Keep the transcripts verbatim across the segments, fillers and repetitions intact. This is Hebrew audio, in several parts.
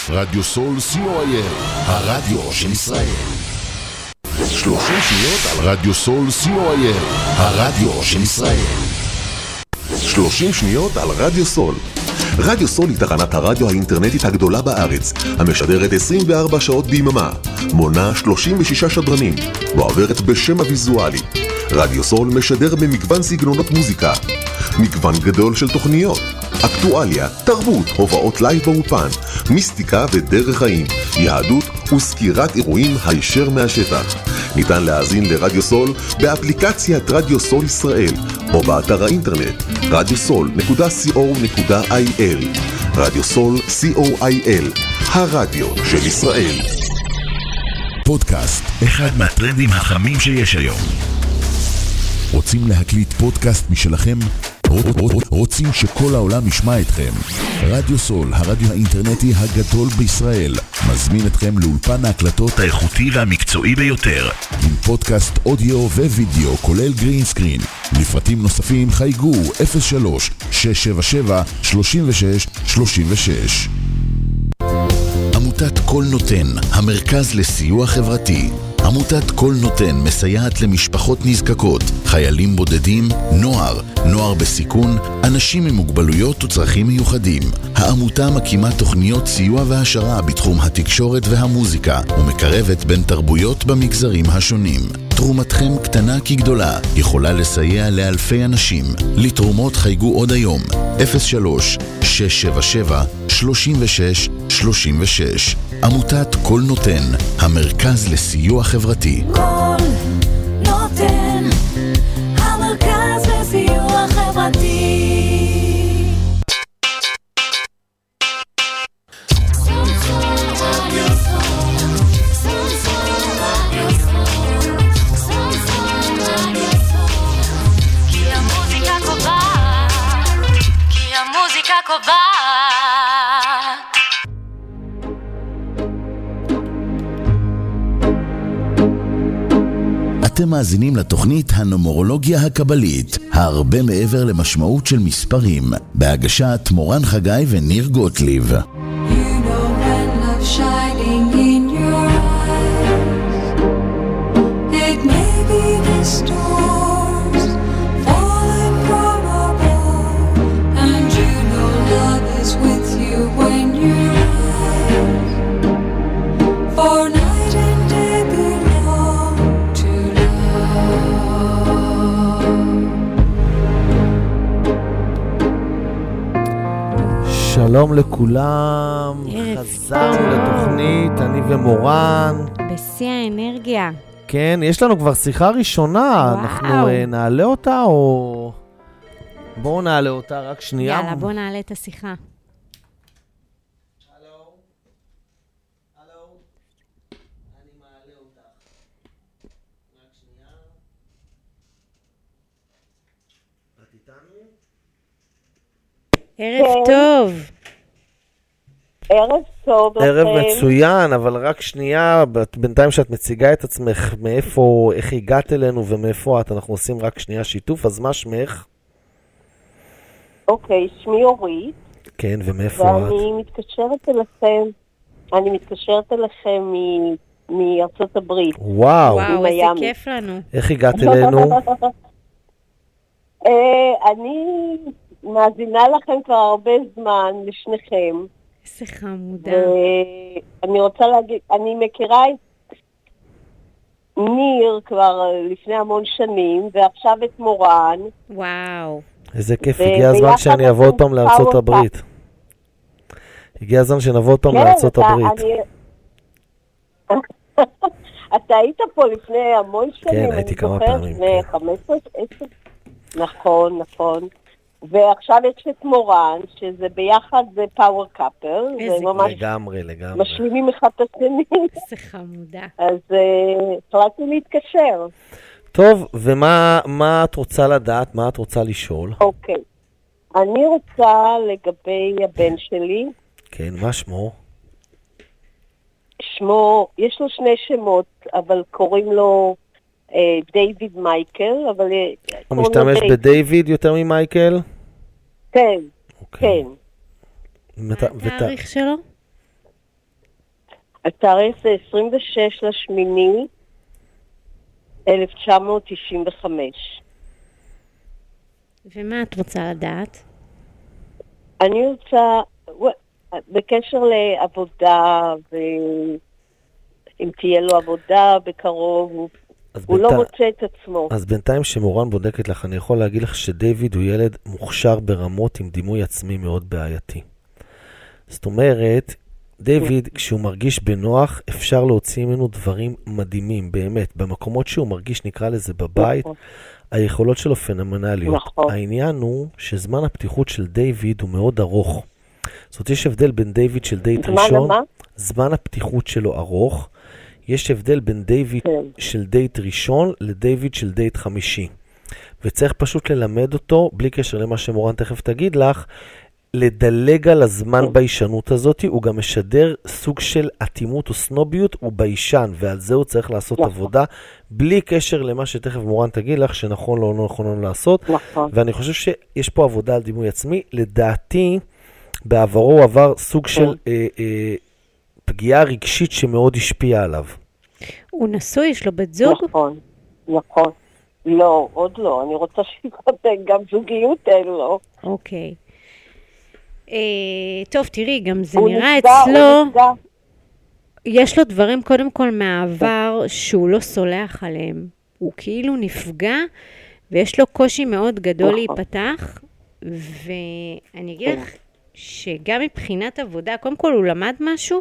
רדיו סול סי או איי אל, הרדיו של ישראל. שלושים שניות על רדיו סול סי או איי אל, הרדיו של ישראל. שלושים שניות על רדיו סול. רדיו סול היא תחנת הרדיו האינטרנטית הגדולה בארץ, המשדרת עשרים וארבע שעות ביממה, מונה שלושים ושישה שדרנים, ועוברת בשם הוויזואלי. רדיו סול משדר במגוון סגנונות מוזיקה, מגוון גדול של תוכניות, אקטואליה, תרבות, הופעות לייב באופן, מיסטיקה ודרך חיים, יהדות וסקירת אירועים הישר מהשטח. ניתן להאזין לרדיו סול באפליקציית רדיו סול ישראל, או באתר האינטרנט רדיו סול נקודה סי או נקודה איי אל. רדיו סול סי או איי אל, הרדיו של ישראל. פודקאסט, אחד מהטרנדים החמים שיש היום. רוצים להקליט פודקאסט משלכם? רוצים שכל העולם ישמע אתכם? רדיו סול, הרדיו האינטרנטי הגדול בישראל, מזמין אתכם לאולפן ההקלטות האיכותי והמקצועי ביותר, עם פודקאסט אודיו ווידאו כולל גרין סקרין. לפרטים נוספים חייגו אפס שלוש שש שבע שבע שלושים ושש שלושים ושש. עמותת כל נותן, המרכז לסיוע חברתי. עמותת כל נותן מסייעת למשפחות נזקקות, חיילים בודדים, נוער, נוער בסיכון, אנשים עם מוגבלויות וצרכים מיוחדים. העמותה מקימה תוכניות סיוע והשרה בתחום התקשורת והמוזיקה, ומקרבת בין תרבויות במגזרים השונים. תרומתכם קטנה כגדולה, יכולה לסייע לאלפי אנשים. לתרומות חייגו עוד היום, אפס שלוש שש שבע שבע שלושים ושש שלושים ושש. עמותת כל נותן, המרכז לסיוע חברתי. כל נותן, המרכז לסיוע חברתי. כי המוזיקה קובעת, כי המוזיקה קובעת. אתם מאזינים לתוכנית הנומרולוגיה הקבלית, הרבה מעבר למשמעות של מספרים, בהגשת מורן חגי וניר גוטליב. You know when love's shining in your eyes, it may be the stars falling from above, and you know love is with you when you're right, for night and day belong to שלום לכולם, חזרנו לתוכנית, אני ומורן. בשיא האנרגיה. כן, יש לנו כבר שיחה ראשונה, וואו. אנחנו uh, נעלה אותה או... בואו נעלה אותה, רק שנייה. יאללה, בוא נעלה את השיחה. הלו, הלו, אני מעלה אותך. רק שנייה. את איתנו? ערב טוב. ערב טוב ערב לכם. מצוין, אבל רק שנייה, בינתיים שאת מציגה את עצמך, מאיפה, איך הגעת אלינו ומאיפה את, אנחנו עושים רק שנייה שיתוף, אז מה שמך? אוקיי, שמי אורית, כן, ומאיפה את? ואני מתקשרת אליכם, אני מתקשרת אליכם מ- מארצות הברית. וואו, וואו, איזה מיאמי. כיף לנו. איך הגעת אלינו? אה, אני מאזינה לכם כבר הרבה זמן, לשניכם, איזה חמודה. ואני רוצה להגיד, אני מכירה את ניר כבר לפני המון שנים, ועכשיו את מורן. וואו. איזה כיף, ו- הגיע הזמן ביחד שאני אבוא אנחנו אותם לארצות פאוור הברית. הגיע הזמן שנבוא אותם כן, לארצות אתה- הברית. אני- אתה היית פה לפני המון שנים, כן, הייתי אני כמה זוכרת, פעמים, לפני כן. חמש עשרה, עשר. נכון, נכון. ועכשיו יש את מורן, שזה ביחד זה פאוור קאפל, איזה זה ממש לגמרי, לגמרי. משלימים אחד את השני, איזה חמודה. אז אה, החלטתי להתקשר. טוב, ומה מה את רוצה לדעת? מה את רוצה לשאול? אוקיי. אני רוצה לגבי הבן שלי, כן, מה שמו? שמו, יש לו שני שמות, אבל קוראים לו אה, דיוויד מייקל, אבל... אה, הוא קוראים לו משתמש דיוויד. בדיוויד יותר ממייקל? כן, אוקיי. כן. מת- מה ות- התאריך שלו? התאריך זה עשרים ושש לשמיני אלף תשע מאות תשעים וחמש. ומה את רוצה לדעת? אני רוצה, בקשר לעבודה, ואם תהיה לו עבודה בקרוב, הוא, הוא לא מוצא את עצמו. אז בינתיים שמורן בודקת לך, אני יכול להגיד לך שדייוויד הוא ילד מוכשר ברמות עם דימוי עצמי מאוד בעייתי. זאת אומרת, דיוויד, כשהוא מרגיש בנוח, אפשר להוציא ממנו דברים מדהימים, באמת. במקומות שהוא מרגיש, נקרא לזה בבית, היכולות שלו פנומנליות. נכון. העניין הוא שזמן הפתיחות של דיוויד הוא מאוד ארוך. זאת אומרת, יש הבדל בין דיוויד של דייט זמן ראשון, למה? זמן הפתיחות שלו ארוך, יש הבדל בין דיוויד כן. של דייט ראשון לדיוויד של דייט חמישי. וצריך פשוט ללמד אותו, בלי קשר למה שמורן תכף תגיד לך, לדלג על הזמן בישנות הזאת, הוא גם משדר סוג של אטימות או סנוביות, הוא בישן, ועל זה הוא צריך לעשות נכון. עבודה, בלי קשר למה שתכף מורן תגיד לך, שנכון לא, לא נכון לא לעשות. נכון. ואני חושב שיש פה עבודה על דימוי עצמי, לדעתי, בעברו הוא עבר סוג של אה, אה, פגיעה רגשית שמאוד השפיעה עליו. הוא נשוי, יש לו בת זוג? נכון, נכון. לא, עוד לא. אני רוצה שיתחתן גם זוגיות אין לו. אוקיי. אה, טוב, תראי, גם זה הוא נראה נפגע, אצלו, הוא נפגע. יש לו דברים קודם כל מהעבר שהוא לא סולח עליהם. הוא כאילו נפגע, ויש לו קושי מאוד גדול נכון. להיפתח, ואני אגיד לך שגם מבחינת עבודה, קודם כל הוא למד משהו?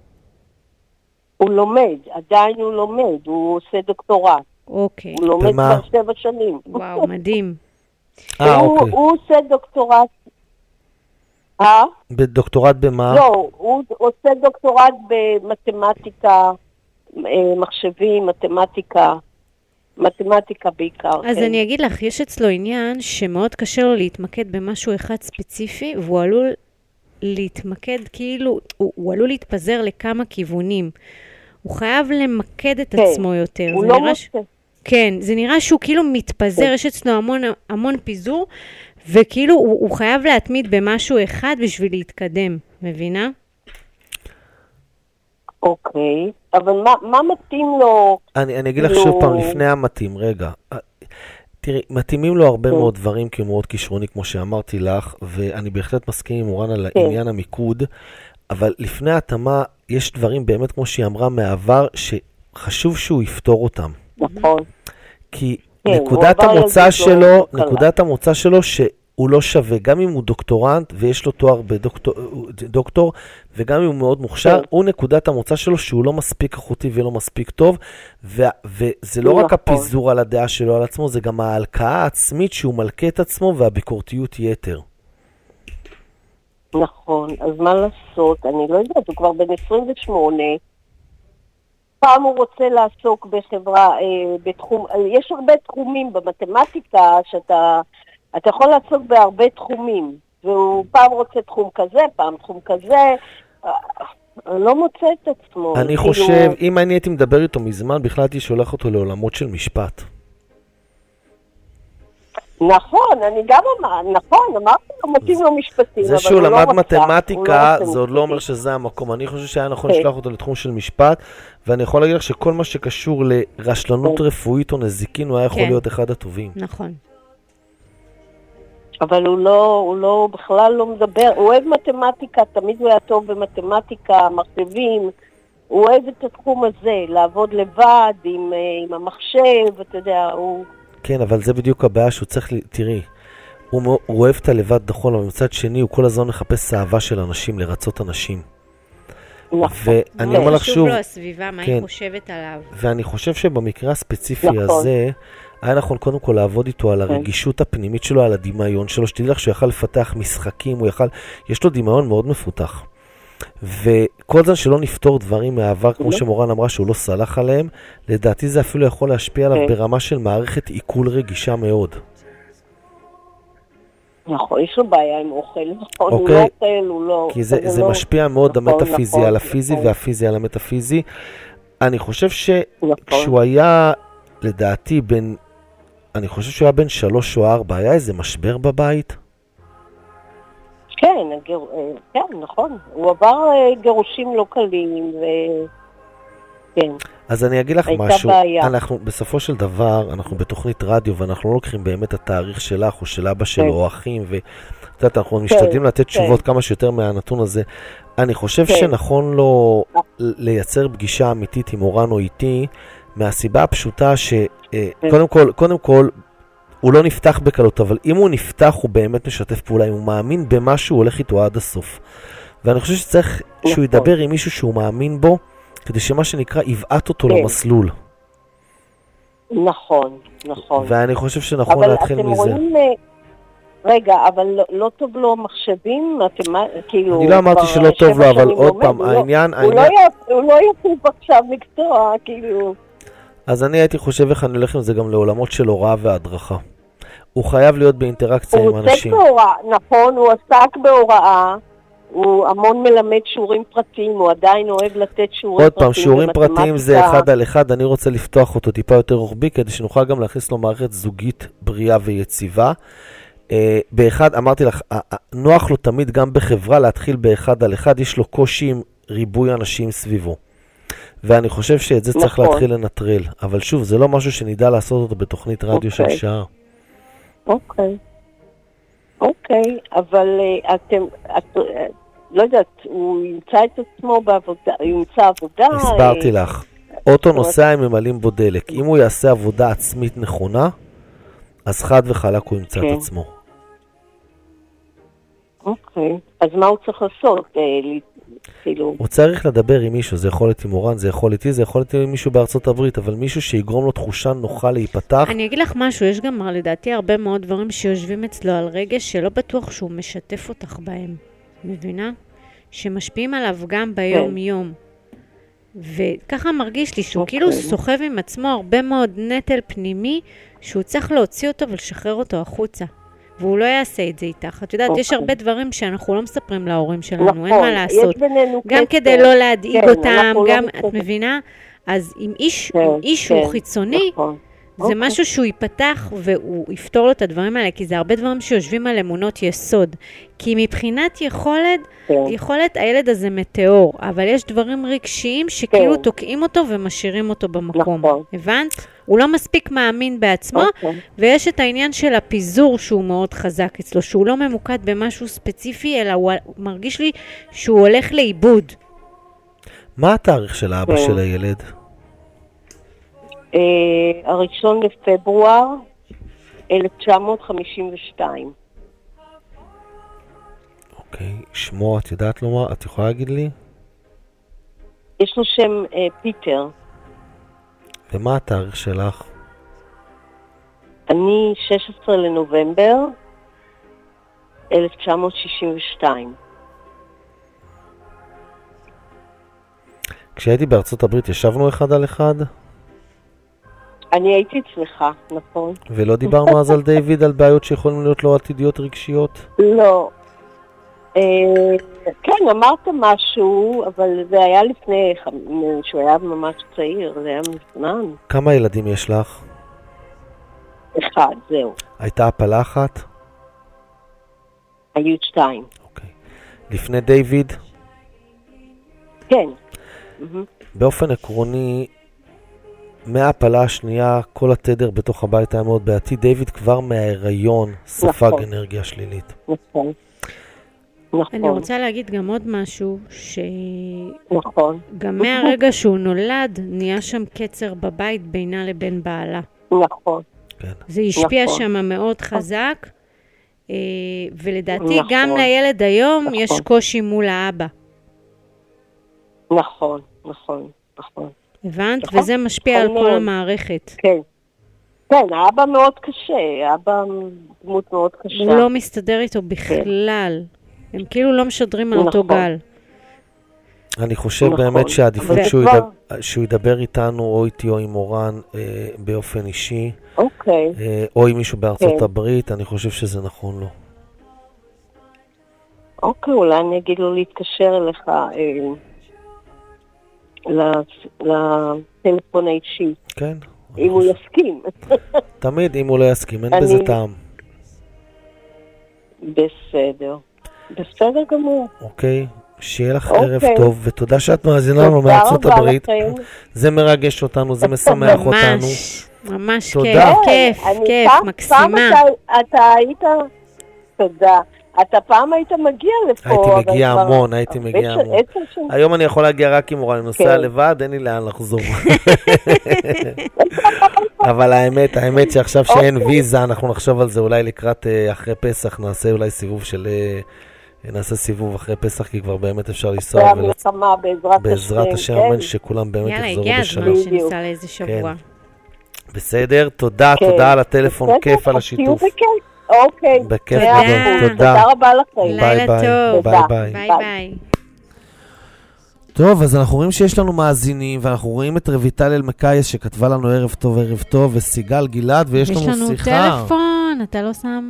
הוא לומד, עדיין הוא לומד, הוא עושה דוקטורט. אוקיי. הוא לומד ומה? כבר שבע שנים. וואו, מדהים. אה, הוא, אוקיי. הוא עושה דוקטורט. אה? בדוקטורט במה? לא, הוא עושה דוקטורט במתמטיקה, אה, מחשבים, מתמטיקה, מתמטיקה בעיקר. אז כן. אני אגיד לך, יש אצלו עניין שמאוד קשה לו להתמקד במשהו אחד ספציפי, והוא עלול להתמקד כאילו, הוא, הוא עלול להתפזר לכמה כיוונים. הוא חייב למקד את כן. עצמו יותר. הוא זה לא נראה ש... מוצא. כן, זה נראה שהוא כאילו מתפזר, כן. יש אצלו המון, המון פיזור, וכאילו הוא, הוא חייב להתמיד במשהו אחד בשביל להתקדם, מבינה? אוקיי, אבל מה, מה מתאים לו? אני, אני אגיד לך לא. שוב פעם, לפני המתאים, רגע. תראי, מתאימים לו הרבה מאוד דברים, כי הוא מאוד כישרוני, כמו שאמרתי לך, ואני בהחלט מסכים עם מורן על עניין המיקוד, אבל לפני ההתאמה, יש דברים באמת, כמו שהיא אמרה, מהעבר, שחשוב שהוא יפתור אותם. נכון. כי כן, נקודת הוא עבר המוצא ילדות שלו, לא קלה. נקודת המוצא שלו, שהוא לא שווה, גם אם הוא דוקטורנט, ויש לו תואר בדוקטור, דוקטור, וגם אם הוא מאוד מוכשר, כן. הוא נקודת המוצא שלו שהוא לא מספיק איכותי ולא מספיק טוב, ו- וזה לא נכון. רק הפיזור על הדעה שלו על עצמו, זה גם ההלקאה העצמית שהוא מלכה את עצמו, והביקורתיות יתר. נכון, אז מה לעשות? אני לא יודעת, הוא כבר בן עשרים ושמונה, פעם הוא רוצה לעסוק בחברה, אה, בתחום, יש הרבה תחומים במתמטיקה שאתה אתה יכול לעסוק בהרבה תחומים, והוא פעם רוצה תחום כזה, פעם תחום כזה, אה, אני לא מוצא את עצמו. אני כאילו... חושב, אם אני הייתי מדבר איתו מזמן, בכלל הייתי שולח אותו לעולמות של משפט. נכון, אני גם אמר, נכון, אמרתי לו, מתאים לו משפטים, זה אבל שהוא הוא לא למד רצה, הוא מתמטיקה, לא זה עוד לא אומר משפטים. שזה המקום. אני חושב שהיה נכון כן. לשלוח אותו לתחום של משפט, ואני יכול להגיד לך שכל מה שקשור לרשלנות כן. רפואית או נזיקין, הוא היה יכול כן. להיות אחד הטובים. נכון. אבל הוא לא, הוא לא, בכלל לא מדבר, הוא אוהב מתמטיקה, תמיד הוא היה טוב במתמטיקה, מחשבים, הוא אוהב את התחום הזה, לעבוד לבד עם, עם המחשב, אתה יודע, הוא... כן, אבל זה בדיוק הבעיה שהוא צריך, ל... תראי, הוא, מאו- הוא אוהב את הלבד נכון, אבל מצד שני הוא כל הזמן מחפש אהבה של אנשים, לרצות אנשים. נכון. ואני אומר לך חשוב שוב, לו הסביבה, מה כן. היא חושבת עליו. ואני חושב שבמקרה הספציפי נכון. הזה, היה נכון קודם כל לעבוד איתו על הרגישות הפנימית שלו, על הדמיון שלו, שתדעי לך שהוא יכל לפתח משחקים, הוא יכל, יש לו דמיון מאוד מפותח. וכל זמן שלא נפתור דברים מהעבר, כמו שמורן אמרה שהוא לא סלח עליהם, לדעתי זה אפילו יכול להשפיע עליו ברמה של מערכת עיכול רגישה מאוד. נכון, יש לו בעיה עם אוכל, נכון, הוא אוקיי. לא אוכל, הוא לא... כי זה, זה לא... משפיע מאוד נכון, המטאפיזי נכון, על הפיזי נכון. והפיזי על המטאפיזי. אני חושב נכון. שכשהוא היה, לדעתי, בין, אני חושב שהוא היה בין שלוש או ארבע, היה איזה משבר בבית? כן, הגר... כן, נכון. הוא עבר גירושים לא קלים, ו... כן. אז אני אגיד לך הייתה משהו, בעיה. אנחנו בסופו של דבר, אנחנו בתוכנית רדיו, ואנחנו לא לוקחים באמת התאריך שלך, או של אבא שלו, כן. או אחים, ואת יודעת, אנחנו משתדלים לתת תשובות כמה שיותר מהנתון הזה. אני חושב כן. שנכון לו לייצר פגישה אמיתית עם אורן או איתי, מהסיבה הפשוטה שקודם כל, קודם כל, הוא לא נפתח בקלות, אבל אם הוא נפתח, הוא באמת משתף פעולה, אם הוא מאמין במה שהוא הולך איתו עד הסוף. ואני חושב שצריך שהוא ידבר עם מישהו שהוא מאמין בו, כדי שמה שנקרא יבעט אותו למסלול. נכון, נכון. ואני חושב שנכון להתחיל מזה. אבל אתם רואים, רגע, אבל לא, לא טוב לו מחשבים? אתם, כאילו, אני לא אמרתי שלא טוב לו, אבל עוד פעם, העניין... הוא לא יפוף עכשיו מקצוע, כאילו... אז אני הייתי חושב איך אני הולך עם זה גם לעולמות של הוראה והדרכה. הוא חייב להיות באינטראקציה עם אנשים. הוא עוסק בהוראה, נכון, הוא עסק בהוראה, הוא המון מלמד שיעורים פרטיים, הוא עדיין אוהב לתת שיעורים עוד פרטיים. פעם, שיעורים פרטיים זה אחד על אחד, אני רוצה לפתוח אותו טיפה יותר רוחבי, כדי שנוכל גם להכניס לו מערכת זוגית בריאה ויציבה. באחד, אמרתי לך, נוח לו תמיד גם בחברה להתחיל באחד על אחד, יש לו קושי עם ריבוי אנשים סביבו. ואני חושב שאת זה צריך להתחיל לנטרל. אבל שוב, זה לא משהו שנדע לעשות אותו בתוכנית רדיו של שעה. אוקיי. אוקיי, אבל אתם, לא יודעת, הוא ימצא את עצמו בעבודה, הוא ימצא עבודה... הסברתי לך. אוטו נוסע עם ממלאים בו דלק. אם הוא יעשה עבודה עצמית נכונה, אז חד וחלק הוא ימצא את עצמו. אוקיי. אז מה הוא צריך לעשות? הוא צריך לדבר עם מישהו, זה יכול להיות עם אורן, זה יכול איתי, זה יכול להיות עם מישהו בארצות הברית, אבל מישהו שיגרום לו תחושה נוחה להיפתח. אני אגיד לך משהו, יש גם לדעתי הרבה מאוד דברים שיושבים אצלו על רגש שלא בטוח שהוא משתף אותך בהם, מבינה? שמשפיעים עליו גם ביום יום. וככה מרגיש לי שהוא כאילו סוחב עם עצמו הרבה מאוד נטל פנימי, שהוא צריך להוציא אותו ולשחרר אותו החוצה. והוא לא יעשה את זה איתך. את יודעת, יש הרבה דברים שאנחנו לא מספרים להורים שלנו, אין מה לעשות. גם כדי לא להדאיג אותם, גם, את מבינה? אז אם איש הוא חיצוני, זה משהו שהוא ייפתח והוא יפתור לו את הדברים האלה, כי זה הרבה דברים שיושבים על אמונות יסוד. כי מבחינת יכולת, יכולת הילד הזה מטאור, אבל יש דברים רגשיים שכאילו תוקעים אותו ומשאירים אותו במקום. הבנת? הוא לא מספיק מאמין בעצמו, ויש את העניין של הפיזור שהוא מאוד חזק אצלו, שהוא לא ממוקד במשהו ספציפי, אלא הוא מרגיש לי שהוא הולך לאיבוד. מה התאריך של האבא של הילד? הראשון לפברואר אלף תשע מאות חמישים ושתיים. אוקיי, שמו, את יודעת לומר? את יכולה להגיד לי? יש לו שם פיטר. ומה התאריך שלך? אני שישה עשר לנובמבר אלף תשע מאות שישים ושתיים. כשהייתי בארצות הברית ישבנו אחד על אחד? אני הייתי אצלך, נכון. ולא דיברנו אז על דיוויד, על בעיות שיכולים להיות לו עתידיות רגשיות? לא. כן, אמרת משהו, אבל זה היה לפני, שהוא היה ממש צעיר, זה היה מזמן. כמה ילדים יש לך? אחד, זהו. הייתה הפלה אחת? היו שתיים. אוקיי. לפני דיוויד? כן. באופן עקרוני, מההפלה השנייה, כל התדר בתוך הבית היה מאוד בעייתי. דיוויד כבר מההיריון ספג אנרגיה שלילית. נכון. נכון. אני רוצה להגיד גם עוד משהו, ש... נכון. גם מהרגע שהוא נולד, נהיה שם קצר בבית בינה לבין בעלה. נכון. כן. זה השפיע נכון. שם מאוד חזק, ולדעתי נכון. גם לילד היום נכון. יש קושי מול האבא. נכון, נכון, נכון. הבנת? נכון? וזה משפיע נכון על מאוד. כל המערכת. כן. כן, האבא מאוד קשה, האבא דמות מאוד קשה. הוא לא מסתדר איתו בכלל. כן. הם כאילו לא משדרים על אותו גל. אני חושב נכון. באמת שהעדיפות שהוא, כבר... ידבר, שהוא ידבר איתנו או איתי או עם אורן אה, באופן אישי, אוקיי. אה, או עם מישהו בארצות כן. הברית, אני חושב שזה נכון לו. אוקיי, אולי אני אגיד לו להתקשר אליך אה, לטלפון האישי. כן. אם הוא יסכים. תמיד, אם הוא לא יסכים, אין בזה טעם. בסדר. בסדר גמור. אוקיי? שיהיה לך אוקיי. ערב טוב, ותודה שאת מאזינה לנו תודה מארצות רבה הברית. לכם. זה מרגש אותנו, זה משמח אותנו. ממש, ממש תודה. כיף, כיף, אני כיף, פעם- מקסימה. פעם אתה- אתה היית... תודה. אתה פעם היית מגיע לפה. הייתי אבל מגיע כבר המון, הייתי הרבה מגיע ש- המון. עשר שנים. היום אני יכול להגיע רק עם אורה, אני נוסע כן. לבד, אין לי לאן לחזור. אבל האמת, האמת שעכשיו שאין אוקיי. ויזה, אנחנו נחשוב על זה אולי לקראת אה, אחרי פסח, נעשה אולי סיבוב של... אה, נעשה סיבוב אחרי פסח, כי כבר באמת אפשר לנסוע, ולצ- והמלחמה בעזרת בעזרת השם, כן. אמן שכולם באמת יאללה, יחזרו הגיע הזמן בשלום. בדיוק. שניסע לאיזה שבוע. בסדר, תודה, כן. תודה על הטלפון, בסדר, כיף על אז השיתוף. תהיו בכיף. אוקיי. בכיף תודה. גדול, תודה. תודה רבה לכם. ביי לילה ביי, טוב. ביי תודה. ביי. ביי ביי. ביי. טוב, אז אנחנו רואים שיש לנו מאזינים, ואנחנו רואים את רויטל אלמקייס שכתבה לנו ערב טוב, ערב טוב, וסיגל גלעד, ויש יש לנו לנו שיחה. טלפון, אתה לא שם?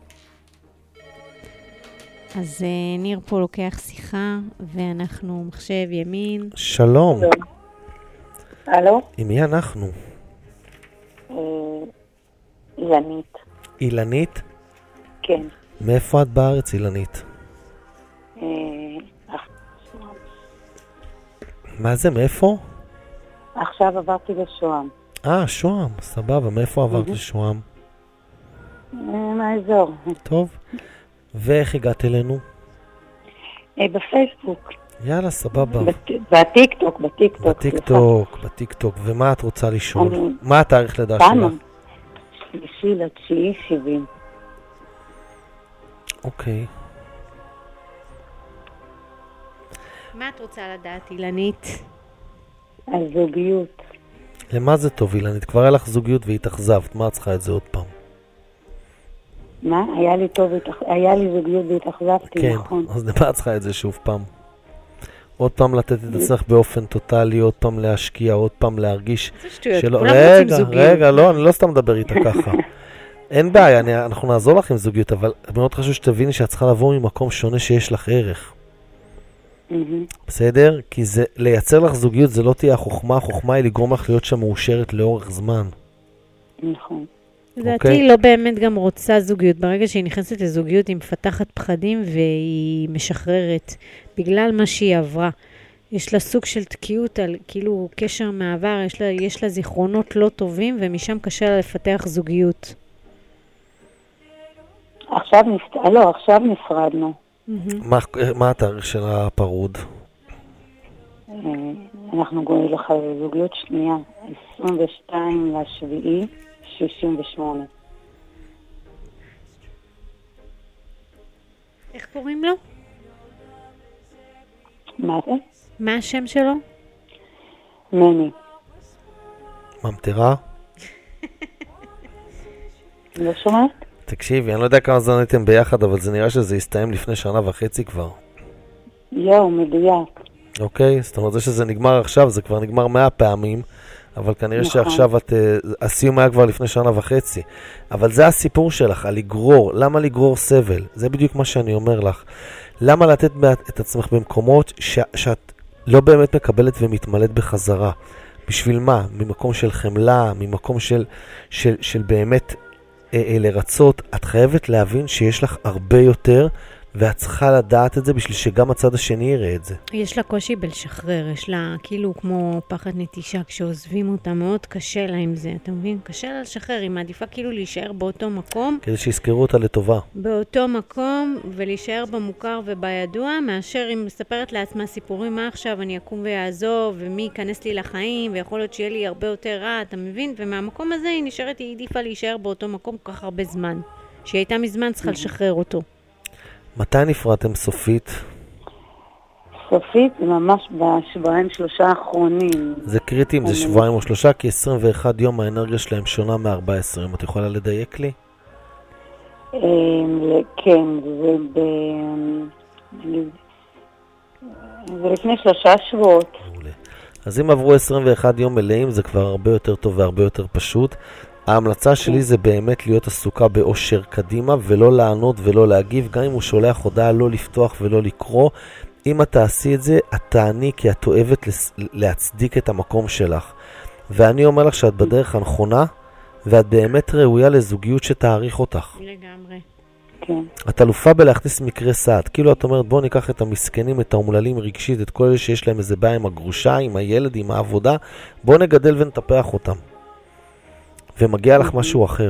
אז uh, ניר פה לוקח שיחה, ואנחנו מחשב ימין. שלום, הלו? עם מי אנחנו? אה, אילנית, אילנית? כן. מאיפה את בארץ, אילנית? אה, מה זה, מאיפה? עכשיו עברתי לשוהם, אה, שוהם, סבבה, מאיפה עברת לשוהם? אה, מהאזור, טוב. ואיך הגעת אלינו? אה, בפייסבוק, יאללה, סבבה. בת- בטיקטוק, בטיקטוק. בטיקטוק, בטיקטוק. ומה את רוצה לשאול? אני- מה התאריך לידה סליחה. שלך? כמה? שלישי לתשיעי שבעים. אוקיי. מה את רוצה לדעת, אילנית? על זוגיות. למה זה טוב, אילנית? כבר היה לך זוגיות והתאכזבת, מה את צריכה את זה עוד פעם? מה? היה לי טוב, התאכ- היה לי זוגיות והתאכזבתי, כן, נכון. אז למה את צריכה את זה שוב פעם? עוד פעם לתת את עצמך באופן טוטלי, עוד פעם להשקיע, עוד פעם להרגיש זה שטויות, שלא... כולם רוצים רגע, זוגיות. רגע, לא, אני לא סתם מדבר איתה ככה. אין בעיה, אני, אנחנו נעזור לך עם זוגיות, אבל מאוד חשוב שתביני שאת צריכה לבוא ממקום שונה שיש לך ערך. מהמם. בסדר? כי זה, לייצר לך זוגיות זה לא תהיה החוכמה, החוכמה היא לגרום לך להיות שם מאושרת לאורך זמן. נכון. לדעתי אוקיי. היא לא באמת גם רוצה זוגיות. ברגע שהיא נכנסת לזוגיות היא מפתחת פחדים והיא משחררת בגלל מה שהיא עברה. יש לה סוג של תקיעות על כאילו קשר מעבר, יש לה, יש לה זיכרונות לא טובים ומשם קשה לה לפתח זוגיות. עכשיו נפ... לא, עכשיו נפרדנו. מה, מה התאריך של הפרוד? אה, אנחנו גויים לך זוגיות שנייה, עשרים ושתיים לשביעי, שישים ושמונה. איך קוראים לו? מה זה? מה השם שלו? מני. ממטרה? לא שומעת? תקשיבי, אני לא יודע כמה זמן הייתם ביחד, אבל זה נראה שזה הסתיים לפני שנה וחצי כבר. יואו, מדויק. אוקיי? זאת אומרת, זה שזה נגמר עכשיו, זה כבר נגמר מאה פעמים, אבל כנראה נכון. שעכשיו את, אה, הסיום היה כבר לפני שנה וחצי. אבל זה הסיפור שלך, הלגרור. למה לגרור סבל? זה בדיוק מה שאני אומר לך. למה לתת את עצמך במקומות ש, שאת לא באמת מקבלת ומתמלאת בחזרה? בשביל מה? ממקום של חמלה, ממקום של, של, של באמת אה, אה, לרצות. את חייבת להבין שיש לך הרבה יותר, ואת צריכה לדעת את זה בשביל שגם הצד השני יראה את זה. יש לה קושי בלשחרר, יש לה כאילו כמו פחד נטישה, כשעוזבים אותה מאוד קשה לה עם זה, אתה מבין? קשה לה לשחרר, היא מעדיפה כאילו להישאר באותו מקום, כדי שיזכרו אותה לטובה. באותו מקום ולהישאר במוכר ובידוע, מאשר היא מספרת לעצמה סיפורים, מה עכשיו אני אקום ויעזוב, ומי ייכנס לי לחיים, ויכול להיות שיהיה לי הרבה יותר רע, אתה מבין? ומהמקום הזה היא נשארת, היא העדיפה להישאר באותו מקום כל כך הרבה זמן, שהיא הייתה מזמן צריכה לשחרר אותו. מתי נפרדתם סופית? סופית זה ממש בשבועיים שלושה האחרונים. זה קריטי אם זה שבועיים או שלושה, כי עשרים ואחד יום האנרגיה שלהם שונה מ-ארבע עשרה. אם את יכולה לדייק לי? אה, כן, זה ב... נגיד, זה לפני שלושה שבועות. מעולה. אז אם עברו עשרים ואחד יום מלאים, זה כבר הרבה יותר טוב והרבה יותר פשוט. ההמלצה שלי זה באמת להיות עסוקה באושר קדימה, ולא לענות ולא להגיב, גם אם הוא שולח הודעה לא לפתוח ולא לקרוא. אם את תעשי את זה, את תעני כי את אוהבת להצדיק את המקום שלך. ואני אומר לך שאת בדרך הנכונה, ואת באמת ראויה לזוגיות שתעריך אותך. לגמרי. כן. את אלופה בלהכניס מקרה סעד. כאילו את אומרת, בוא ניקח את המסכנים, את האומללים רגשית, את כל אלה שיש להם איזה בעיה עם הגרושה, עם הילד, עם העבודה, בוא נגדל ונטפח אותם. ומגיע לך משהו אחר.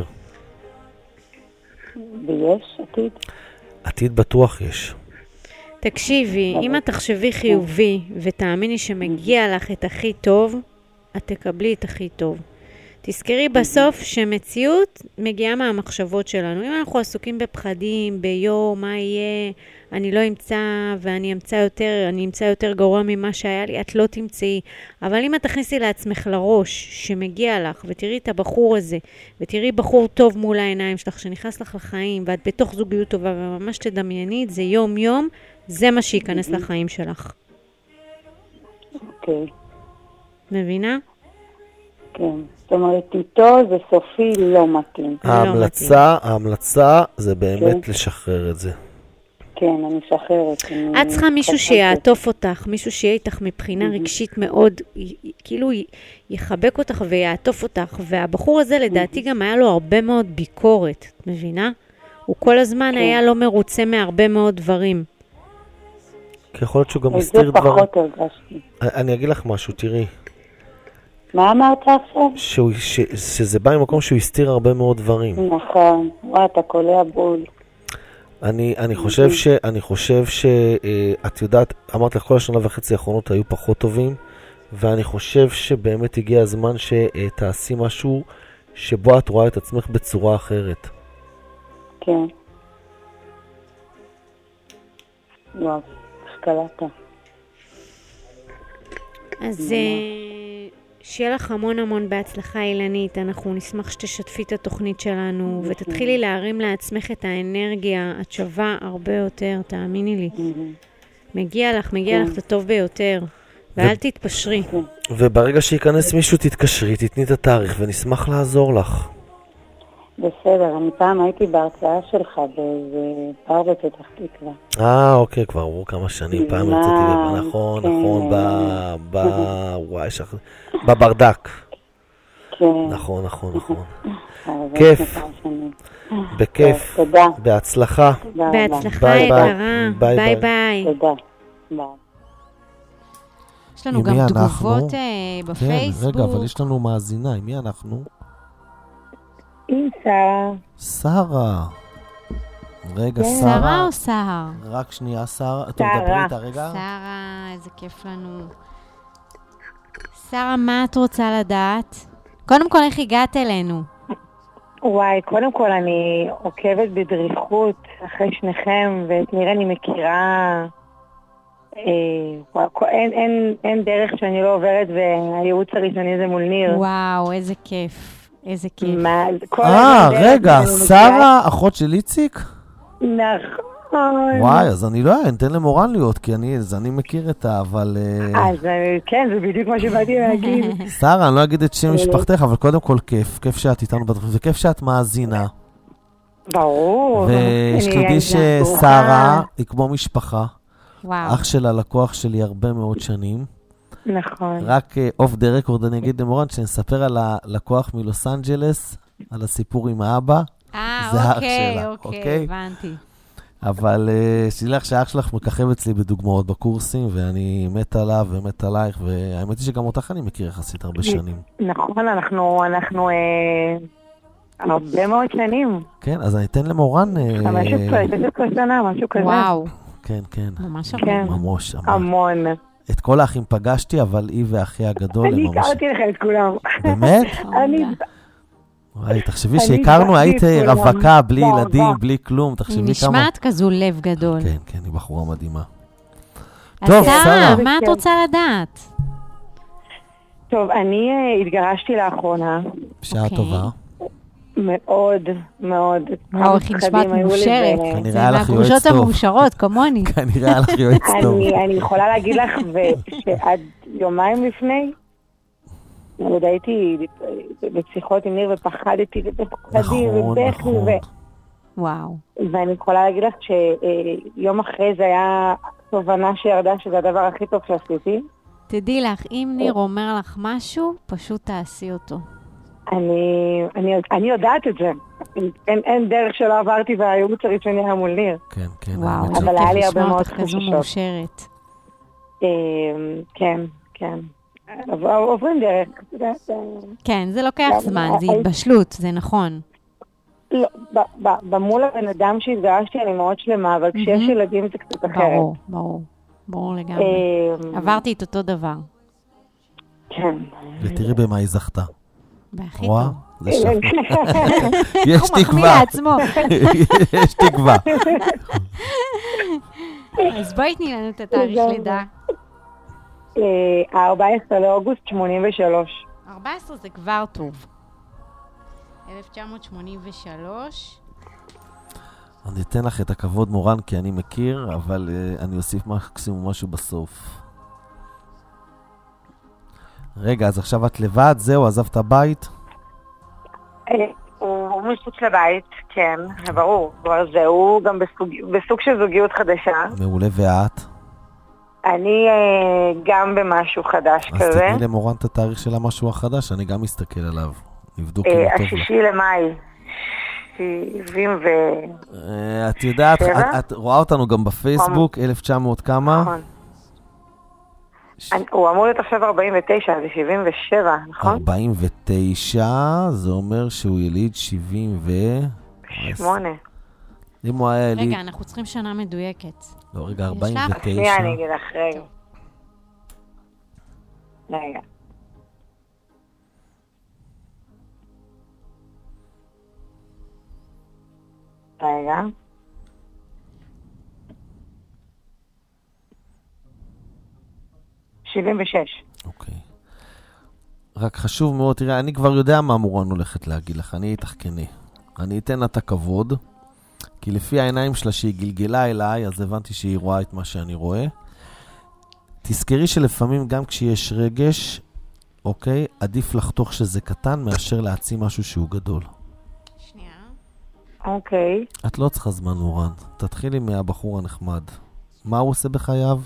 ויש עתיד? עתיד בטוח יש. תקשיבי, אם את תחשבי חיובי ותאמיני שמגיע לך את הכי טוב, את תקבלי את הכי טוב. תזכרי בסוף שמציאות מגיעה מהמחשבות שלנו. אם אנחנו עסוקים בפחדים, ביום, מה יהיה, אני לא אמצא ואני אמצא יותר, אני אמצא יותר גרוע ממה שהיה לי, את לא תמצאי. אבל אם את תכניסי לעצמך לראש שמגיע לך ותראי את הבחור הזה, ותראי בחור טוב מול העיניים שלך שנכנס לך לחיים ואת בתוך זוגיות טובה וממש תדמייני את זה יום יום, זה מה שייכנס לחיים שלך. אוקיי. מבינה? כן. זאת אומרת, איתו זה סופי לא מתאים. ההמלצה, ההמלצה זה באמת לשחרר את זה. כן, אני משחררת. את צריכה מישהו שיעטוף אותך, מישהו שיהיה איתך מבחינה רגשית מאוד, כאילו יחבק אותך ויעטוף אותך, והבחור הזה לדעתי גם היה לו הרבה מאוד ביקורת, את מבינה? הוא כל הזמן היה לא מרוצה מהרבה מאוד דברים. יכול להיות שהוא גם מסתיר דברים. זה פחות הרגשתי. אני אגיד לך משהו, תראי. מה אמרת עכשיו? שהוא, ש, שזה בא ממקום שהוא הסתיר הרבה מאוד דברים. נכון, וואה, אתה קולע בול. אני, אני חושב ש, אני חושב שאת יודעת, אמרת לך כל השנה וחצי האחרונות היו פחות טובים, ואני חושב שבאמת הגיע הזמן שתעשי משהו שבו את רואה את עצמך בצורה אחרת. כן. וואו, השקלת. אז שיהיה לך המון המון בהצלחה אילנית, אנחנו נשמח שתשתפי את התוכנית שלנו ותתחילי להרים לעצמך את האנרגיה, את שווה הרבה יותר, תאמיני לי. מגיע לך, מגיע לך את הטוב ביותר, ואל תתפשרי. וברגע שיכנס מישהו תתקשרי, תתני את התאריך ונשמח לעזור לך. בסדר, אני פעם הייתי בהרצאה שלך באיזה פאר בפתח תקווה. אה, אוקיי, כבר עברו כמה שנים, פעם רציתי, נכון, נכון, ב... וואי, בברדק. כן. נכון, נכון, נכון. כיף, בכיף, בהצלחה. בהצלחה יקרה, ביי ביי. תודה, ביי. יש לנו גם תגובות בפייסבוק. רגע, אבל יש לנו מאזינה, עם מי אנחנו? עם שרה. שרה. רגע, שרה. שרה או סהר? רק שנייה, שרה. טוב, דברי איתה רגע. שרה, איזה כיף לנו. שרה, מה את רוצה לדעת? קודם כל, איך הגעת אלינו? וואי, קודם כל אני עוקבת בדריכות אחרי שניכם, ואת נראה אני מכירה... אין, אין, אין דרך שאני לא עוברת, והייעוץ הראשוני זה מול ניר. וואו, איזה כיף. איזה כיף. אה, רגע, שרה, אחות של איציק? נכון. וואי, אז אני לא יודע, ניתן למורן להיות, כי אני, אז אני מכיר את ה, אבל... אז כן, זה בדיוק מה שבאתי להגיד. שרה, אני לא אגיד את שם משפחתך, אבל קודם כל כיף, כיף שאת איתנו בתוכנית, וכיף שאת מאזינה. ברור. ושתדעי ששרה היא כמו משפחה. אח של הלקוח שלי הרבה מאוד שנים. נכון. רק אוף דה רקורד אני אגיד למורן, שנספר על הלקוח מלוס אנג'לס, על הסיפור עם האבא. אה, זה האח אוקיי, שלה, אוקיי, הבנתי. אבל שתדעי לך שהאח שלך מככב אצלי בדוגמאות בקורסים, ואני מת עליו ומת עלייך, והאמת היא שגם אותך אני מכיר יחסית הרבה שנים. נכון, אנחנו, אנחנו הרבה מאוד שנים. כן, אז אני אתן למורן... חמש עשרה, שש עשרה שנה, משהו כזה. וואו. כן, כן. ממש המון. ממש המון. את כל האחים פגשתי, אבל היא ואחי הגדול... אני הכרתי לך את כולם. באמת? אני... וואי, תחשבי שהכרנו, היית רווקה, בלי ילדים, בלי כלום, תחשבי כמה... נשמעת כזו לב גדול. כן, כן, היא בחורה מדהימה. טוב, שרה, מה את רוצה לדעת? טוב, אני התגרשתי לאחרונה. בשעה טובה. מאוד, מאוד. וואו, איך נשמעת מאושרת. כנראה היה לך יועץ טוב. מהגרושות המאושרות, כמוני. כנראה היה לך יועץ טוב. אני יכולה להגיד לך שעד יומיים לפני, עוד הייתי בשיחות עם ניר ופחדתי ופחדים ובכי ו... וואו. ואני יכולה להגיד לך שיום אחרי זה היה תובנה שירדה שזה הדבר הכי טוב שעשיתי. תדעי לך, אם ניר אומר לך משהו, פשוט תעשי אותו. אני, אני, אני יודעת את זה. אין, אין דרך שלא עברתי והייעוץ הראשוני היה מול ניר. כן, כן. וואו, האמת איזה ש- אבל היה לי כיף הרבה לשמוע מאוד אותך כזו חששות. מאושרת. אה, כן, כן. עבר- עוברים דרך. אתה יודע, זה- כן, זה לוקח גם זמן, זה הייתי- התבשלות, זה נכון. לא, ב- ב- במול הבן אדם שהתגרשתי אני מאוד שלמה, אבל כשיש מהמם. ילדים זה קצת אחרת. ברור, ברור. ברור לגמרי. אה, עברתי את אותו דבר. כן. ותראי במה היא זכתה. בהכי רואה? טוב. זה שם. יש הוא מחמיא תקווה. לעצמו. יש תקווה. אז בואי תני לנו את התאריך לגמרי. לידה. אה, ה-ארבעה עשר לאוגוסט שמונים ושלוש. ארבע עשרה זה כבר טוב. אלף תשע מאות שמונים ושלוש. אני אתן לך את הכבוד מורן כי אני מכיר, אבל uh, אני אוסיף מקסימום משהו בסוף. רגע, אז עכשיו את לבד? זהו, עזבת הבית? אה, הוא מחוץ לבית, כן, זה ברור. כבר זהו גם בסוג, בסוג של זוגיות חדשה. מעולה, ואת? אני אה, גם במשהו חדש אז כזה. תתני למורן את התאריך של המשהו החדש, אני גם מסתכל עליו. נבדוק אם אה, הוא טוב לה. השישי למאי. שבעים ו... אה, את יודעת, שבע? את, את רואה אותנו גם בפייסבוק, אלף תשע מאות כמה? נכון. ש- אני- הוא אמור להיות עכשיו ארבעים ותשע, זה שבעים ושבע, נכון? ארבעים ותשע, זה אומר שהוא יליד שבעים ו... שמונה. אם הוא היה יליד... רגע, אנחנו צריכים שנה מדויקת. לא, רגע, יש ארבעים לך? ותשע. שנייה, אני אגיד לך, רגע. טוב. רגע. רגע. שבעים ושש. אוקיי. רק חשוב מאוד, תראה, אני כבר יודע מה מורן הולכת להגיד לך, אני איתך כנה. אני אתן לה את הכבוד, כי לפי העיניים שלה שהיא גלגלה אליי, אז הבנתי שהיא רואה את מה שאני רואה. תזכרי שלפעמים גם כשיש רגש, אוקיי, עדיף לחתוך שזה קטן מאשר להעצים משהו שהוא גדול. שנייה. אוקיי. את לא צריכה זמן מורן, תתחילי מהבחור הנחמד. מה הוא עושה בחייו?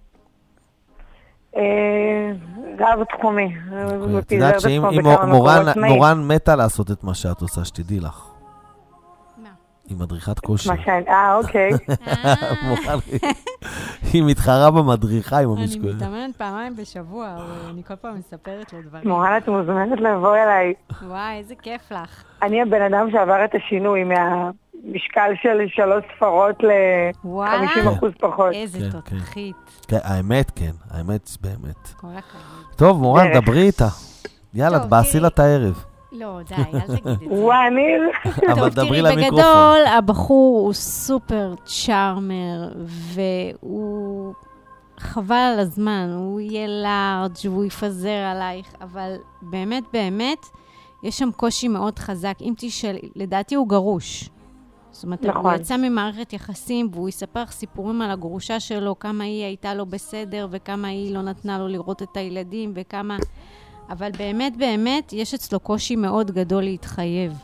אה, רב תחומי. את יודעת שאם אם מורן, מורן מתה לעשות את מה שאת עושה, שתדעי לך. מה? היא מדריכת כושר. מה שאני... אה, אוקיי. מורן, היא מתחרה במדריכה עם אני המשקולת. מתאמנת פעמיים בשבוע, אני כל פעם מספרת לו דברים. מורן, את מוזמנת לבוא אליי. וואי, איזה כיף לך. אני הבן אדם שעבר את השינוי מהמשקל של שלוש ספרות וואלה? ל-חמישים אחוז פחות. איזה כן, תותחית. כן, האמת כן, האמת באמת. כל הכבוד. טוב, מורן, דרך. דברי איתה. יאללה, טוב, תבאסי תראי. לה את הערב. לא, די, אל תגיד את זה. וואי, אני... אבל טוב, דברי תראי, למיקרופון. בגדול, הבחור הוא סופר צ'ארמר, והוא חבל על הזמן, הוא יהיה לארג' והוא יפזר עלייך, אבל באמת, באמת, יש שם קושי מאוד חזק. אם תשאל, לדעתי הוא גרוש. זאת אומרת, נכון. הוא יצא ממערכת יחסים, והוא יספר סיפורים על הגרושה שלו, כמה היא הייתה לו בסדר, וכמה היא לא נתנה לו לראות את הילדים, וכמה... אבל באמת, באמת, יש אצלו קושי מאוד גדול להתחייב.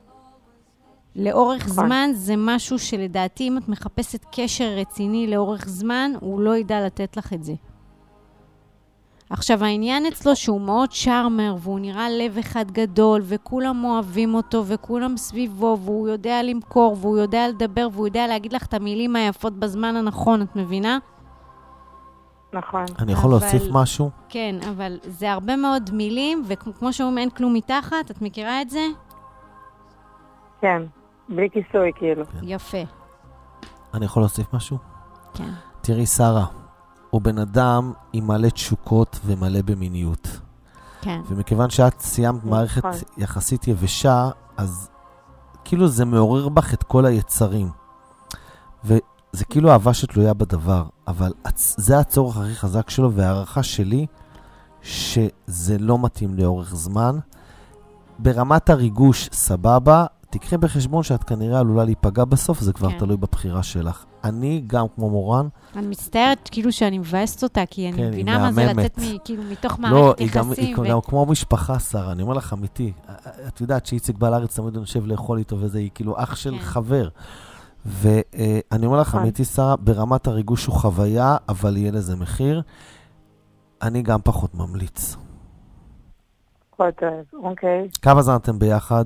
לאורך נכון. זמן זה משהו שלדעתי, אם את מחפשת קשר רציני לאורך זמן, הוא לא ידע לתת לך את זה. עכשיו, העניין אצלו שהוא מאוד צ'ארמר, והוא נראה לב אחד גדול, וכולם אוהבים אותו, וכולם סביבו, והוא יודע למכור, והוא יודע לדבר, והוא יודע להגיד לך את המילים היפות בזמן הנכון, את מבינה? נכון. אני יכול אבל- להוסיף משהו? כן, אבל זה הרבה מאוד מילים, וכמו שאומרים, אין כלום מתחת, את מכירה את זה? כן. בלי כיסוי, כאילו. יפה, אני יכול להוסיף משהו? כן. תראי, שרה, הוא בן אדם עם מלא תשוקות ומלא במיניות. כן. ומכיוון שאת סיימת מערכת נכון. יחסית יבשה, אז כאילו זה מעורר בך את כל היצרים. וזה כאילו אהבה שתלויה בדבר, אבל הצ- זה הצורך הכי חזק שלו, והערכה שלי שזה לא מתאים לאורך זמן. ברמת הריגוש סבבה, תקחי בחשבון שאת כנראה עלולה להיפגע בסוף, זה כבר כן. תלוי בבחירה שלך. אני גם כמו מורן, אני מצטערת כאילו שאני מבאסת אותה, כי אני כן, היא מבינה מה זה מהממת. לצאת מ- כאילו מתוך לא, מערכת היא גם, יחסים. היא ו- גם כמו משפחה, שרה, אני אומר לך אמיתי. את יודעת שאיציק בא לארץ, תמיד אני יושב לאכול איתו וזה, היא כאילו אח של כן. חבר. ואני אומר לך נכון. אמיתי, שרה, ברמת הריגוש הוא חוויה, אבל יהיה לזה מחיר. אני גם פחות ממליץ. פחות אוהב, אוקיי. כמה זמן אתם ביחד?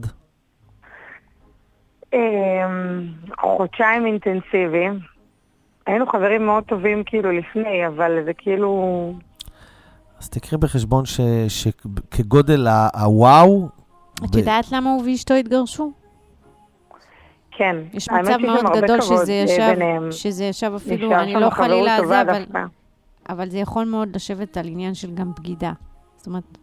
חודשיים אינטנסיביים. היינו חברים מאוד טובים כאילו לפני, אבל זה כאילו... אז תקחי בחשבון שכגודל הוואו... את יודעת למה הוא ואשתו התגרשו? כן. יש מצב מאוד גדול שזה ישב אפילו, אני לא חלילה על זה, אבל זה יכול מאוד לשבת על עניין של גם בגידה. זאת אומרת...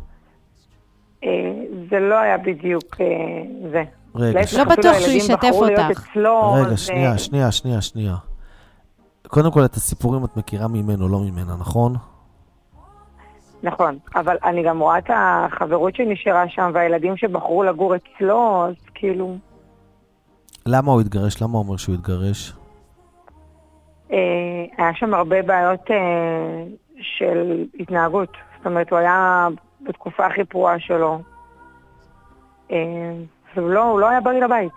זה לא היה בדיוק זה. רגע, לא בטוח שהוא ישתף אותך. רגע, שנייה, שנייה, שנייה, שנייה. קודם כל, את הסיפורים את מכירה ממנו, לא ממנה, נכון? נכון, אבל אני גם רואה את החברות שנשארה שם, והילדים שבחרו לגור אצלו, אז כאילו... למה הוא התגרש? למה הוא אומר שהוא התגרש? היה שם הרבה בעיות של התנהגות. זאת אומרת, הוא היה בתקופה הכי פרועה שלו. הוא לא היה בריא לבית.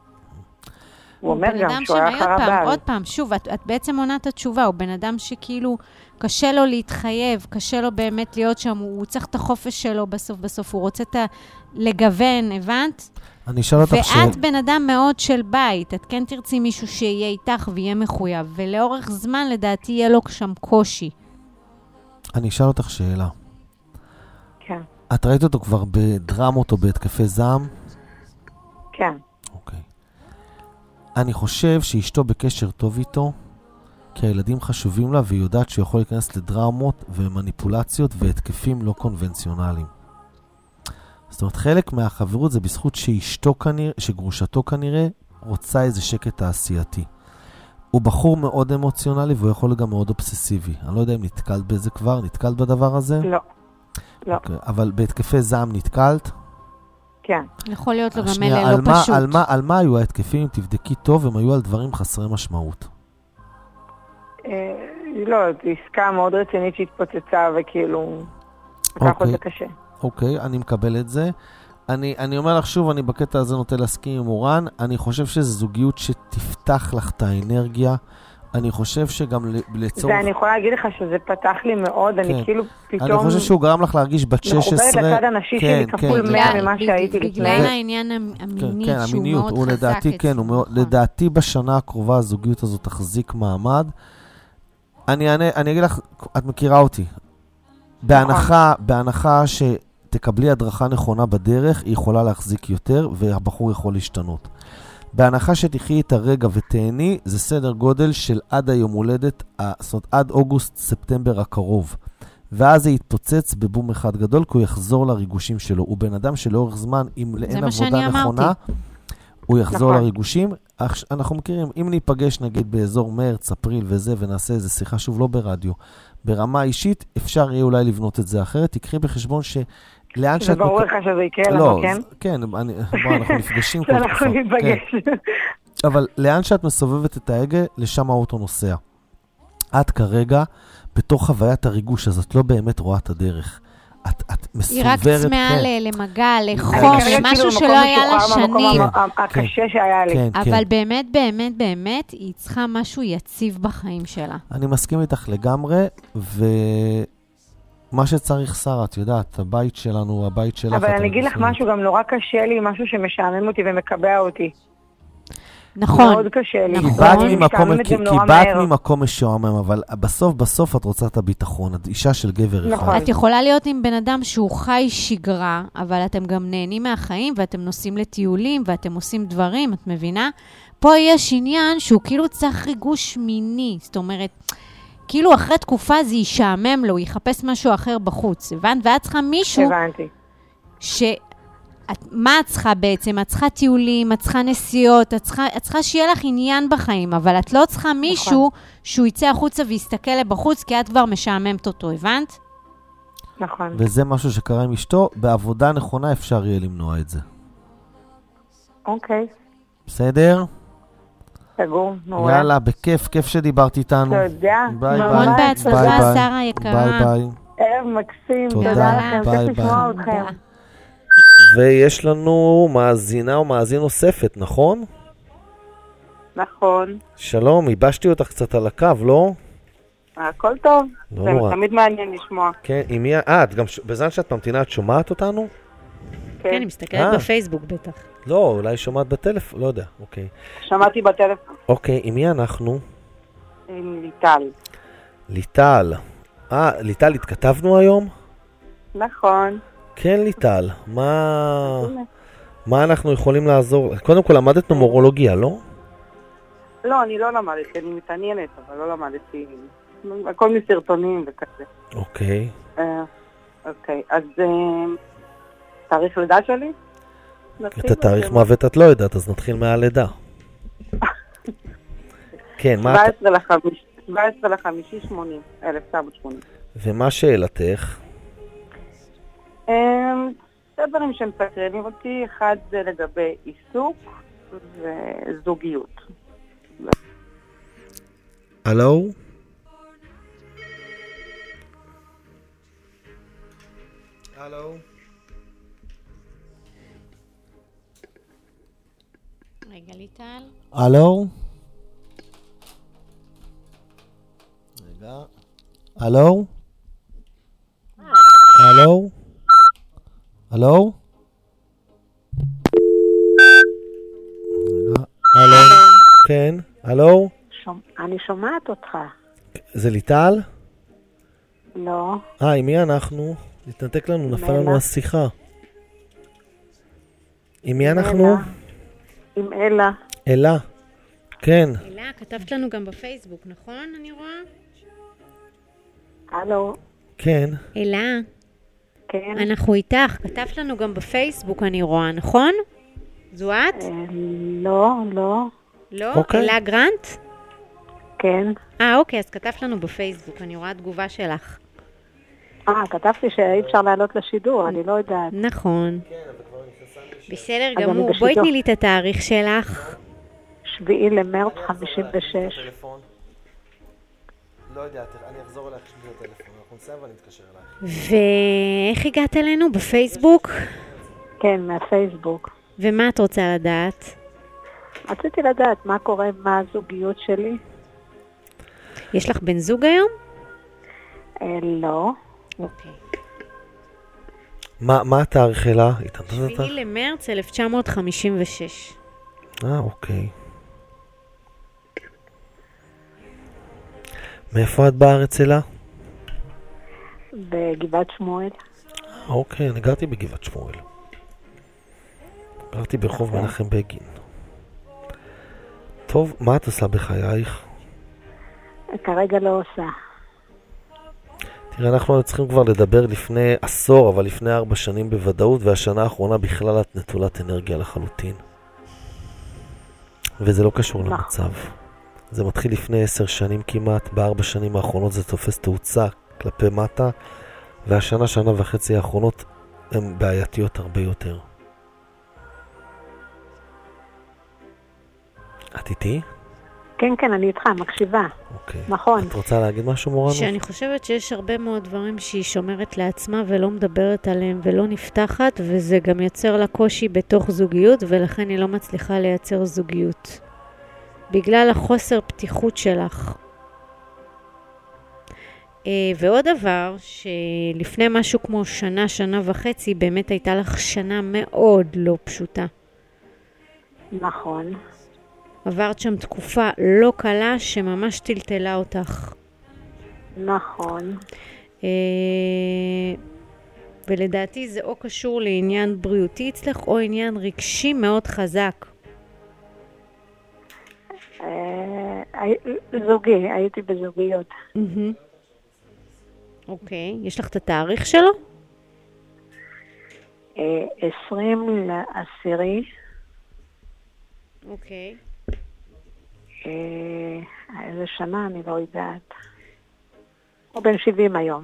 הוא אומר גם שהוא היה אחר הבעל. עוד פעם, שוב, את, את בעצם עונת התשובה, הוא בן אדם שכאילו קשה לו להתחייב, קשה לו באמת להיות שם, הוא צריך את החופש שלו בסוף בסוף, הוא רוצה את לגוון, הבנת? אני אשאל אותך ש... ואת בן אדם מאוד של בית, את כן תרצי מישהו שיהיה איתך ויהיה מחויב, ולאורך זמן לדעתי יהיה לו שם קושי. אני אשאל אותך שאלה. כן. את ראית אותו כבר בדרמות או בהתקפי זעם? כן. אוקיי. אני חושב שאשתו בקשר טוב איתו, כי הילדים חשובים לה, והיא יודעת שהוא יכול להיכנס לדרמות ומניפולציות והתקפים לא קונבנציונליים. זאת אומרת, חלק מהחברות זה בזכות שאשתו כנראה, שגרושתו כנראה, רוצה איזה שקט תעשייתי. הוא בחור מאוד אמוציונלי, והוא יכול גם מאוד אובססיבי. אני לא יודע אם נתקלת בזה כבר, נתקלת בדבר הזה? לא. לא. אוקיי, אבל בהתקפי זעם נתקלת? כן. יכול להיות לו גם השנייה, אלה על לא מה, פשוט. על מה, על מה היו ההתקפים, אם תבדקי טוב, הם היו על דברים חסרי משמעות. אה, לא, זו עסקה מאוד רצינית שהתפוצצה, וכאילו, לקח את זה קשה. אוקיי, אני מקבל את זה. אני, אני אומר לך שוב, אני בקטע הזה נוטה להסכים עם אורן, אני חושב שזו זוגיות שתפתח לך את האנרגיה, אני חושב שגם לצורך... זה אני יכולה להגיד לך שזה פתח לי מאוד, כן. אני כאילו פתאום... אני חושב שהוא גרם לך להרגיש בת שש עשרה... מחוברת לצד הנשי כן, שלי כפול כן, מאה כן. ממה שהייתי בגלל לפני. העניין המיני כן, שהוא המיניות, מאוד הוא חזק לדעתי, אצלו. כן, הוא מאוד, לדעתי בשנה הקרובה הזוגיות הזאת תחזיק מעמד. אני, אני, אני אגיד לך, את מכירה אותי. בהנחה, בהנחה שתקבלי הדרכה נכונה בדרך, היא יכולה להחזיק יותר, והבחור יכול להשתנות. בהנחה שתחי את הרגע ותהני, זה סדר גודל של עד היום הולדת, זאת אומרת, עד אוגוסט-ספטמבר הקרוב. ואז זה יתפוצץ בבום אחד גדול, כי הוא יחזור לריגושים שלו. הוא בן אדם שלאורך זמן, אם לאין עבודה נכונה, הוא יחזור נכון. לריגושים. אנחנו מכירים, אם ניפגש נגיד באזור מרץ, אפריל וזה, ונעשה איזה שיחה שוב לא ברדיו, ברמה אישית, אפשר יהיה אולי לבנות את זה אחרת. תקחי בחשבון ש... לאן זה ברור לך שזה יקרה לנו, כן? כן, אני, בוא, אנחנו נפגשים כל תקופה. שאנחנו ניפגש. אבל לאן שאת מסובבת את ההגה, לשם האוטו נוסע. את כרגע, בתוך חוויית הריגוש, אז את לא באמת רואה את הדרך. את, את מסוברת... היא רק צמאה למגע, לחום, משהו שלא היה לה שנים. הקשה שהיה לי. אבל באמת, באמת, באמת, היא צריכה משהו יציב בחיים שלה. אני מסכים איתך לגמרי, ו... מה שצריך שר, את יודעת, הבית שלנו, הבית שלך. אבל אני אגיד לך משהו, גם נורא קשה לי, משהו שמשעמם אותי ומקבע אותי. נכון. מאוד קשה לי. כי באת ממקום משועמם, אבל בסוף, בסוף את רוצה את הביטחון, את אישה של גבר אחד. את יכולה להיות עם בן אדם שהוא חי שגרה, אבל אתם גם נהנים מהחיים, ואתם נוסעים לטיולים, ואתם עושים דברים, את מבינה? פה יש עניין שהוא כאילו צריך ריגוש מיני, זאת אומרת... כאילו אחרי תקופה זה ישעמם לו, יחפש משהו אחר בחוץ, הבנת? ואת צריכה מישהו... הבנתי. ש... את, מה את צריכה בעצם? את צריכה טיולים, את צריכה נסיעות, את צריכה, את צריכה שיהיה לך עניין בחיים, אבל את לא צריכה מישהו נכון. שהוא יצא החוצה ויסתכל לבחוץ, כי את כבר משעממת אותו, הבנת? נכון. וזה משהו שקרה עם אשתו, בעבודה נכונה אפשר יהיה למנוע את זה. אוקיי. בסדר? סגור, נורא. יאללה, בכיף, כיף שדיברת איתנו. תודה. ביי ביי. המון בהצלחה, שרה יקרה. ביי ביי. ערב מקסים, תודה. תודה לכם, ביי, צריך לשמוע ביי. אתכם. ויש לנו מאזינה או מאזין נוספת, נכון? נכון. שלום, איבשתי אותך קצת על הקו, לא? הכל טוב. לא זה נורא. תמיד מעניין לשמוע. כן, עם מי... אה, את גם ש- בזמן שאת ממתינה, את שומעת אותנו? כן, אני מסתכלת אה. בפייסבוק בטח. לא, אולי שומעת בטלפון, לא יודע, אוקיי. שמעתי בטלפון אוקיי, עם מי אנחנו? עם ליטל. ליטל. אה, ליטל, התכתבנו היום? נכון. כן, ליטל. מה... מה אנחנו יכולים לעזור? קודם כל, למדת נומרולוגיה, לא? לא, אני לא למדתי, אני מתעניינת, אבל לא למדתי. הכל מסרטונים וכזה. אוקיי. אה, אוקיי, אז אה, תאריך לידה שלי? את התאריך מוות את לא יודעת, אז נתחיל מהלידה. כן, מה... את- שבע עשרה לחמישי שמונים, אלף תשע מאות שמונים. ומה שאלתך? אמ, זה דברים שמסקרנים אותי, אחד זה לגבי עיסוק וזוגיות. הלו? הלו? רגע, ליטל. הלו? רגע. הלו? הלו? הלו? רגע. הלו? כן, הלו? אני שומעת אותך. זה ליטל? לא. אה, עם מי אנחנו? התנתק לנו, נפל לנו השיחה. עם מי אנחנו? עם אלה. אלה. כן. אלה, כתבת לנו גם בפייסבוק, נכון? אני רואה? הלו. כן. אלה, כן. אנחנו איתך. כתבת לנו גם בפייסבוק, אני רואה, נכון? זו את? אה, לא, לא. לא? אוקיי. אלה גרנט? כן. אה, אוקיי, אז כתבת לנו בפייסבוק, אני רואה תגובה שלך. אה, כתבתי שאי אפשר לעלות לשידור, אני לא יודעת. נכון. בסדר אז אני גמור, בשידור. בואי תני לי את התאריך שלך. שביעי למרץ חמישים ושש. לא יודע, אני אחזור אלייך שנייה טלפון, אנחנו נסיים ואני אתקשר אלייך. ואיך הגעת אלינו? בפייסבוק? כן, מהפייסבוק. ומה את רוצה לדעת? רציתי לדעת מה קורה, מה הזוגיות שלי. יש לך בן זוג היום? אה, לא. אוקיי. מה מה התאריך אלה? התאמת אותך? שביעי למרץ אלף תשע מאות חמישים ושש. אה, אוקיי. מאיפה את בארץ אלה? בגבעת שמואל. אוקיי, אני גרתי בגבעת שמואל. גרתי ברחוב מנחם בגין. טוב, מה את עושה בחייך? כרגע לא עושה. תראה, אנחנו צריכים כבר לדבר לפני עשור, אבל לפני ארבע שנים בוודאות, והשנה האחרונה בכלל את נטולת אנרגיה לחלוטין. וזה לא קשור למצב. זה מתחיל לפני עשר שנים כמעט, בארבע שנים האחרונות זה תופס תאוצה כלפי מטה, והשנה, שנה וחצי האחרונות הן בעייתיות הרבה יותר. את איתי? כן, כן, אני איתך, מקשיבה. אוקיי. נכון. את רוצה להגיד משהו, מורנו? שאני חושבת שיש הרבה מאוד דברים שהיא שומרת לעצמה ולא מדברת עליהם ולא נפתחת, וזה גם יוצר לה קושי בתוך זוגיות, ולכן היא לא מצליחה לייצר זוגיות. בגלל החוסר פתיחות שלך. ועוד דבר, שלפני משהו כמו שנה, שנה וחצי, באמת הייתה לך שנה מאוד לא פשוטה. נכון. עברת שם תקופה לא קלה שממש טלטלה אותך. נכון. ולדעתי זה או קשור לעניין בריאותי אצלך, או עניין רגשי מאוד חזק. זוגי, הייתי בזוגיות. אוקיי, יש לך את התאריך שלו? עשרים לעשירי. אוקיי. איזה שנה, אני לא יודעת. הוא בן שבעים היום.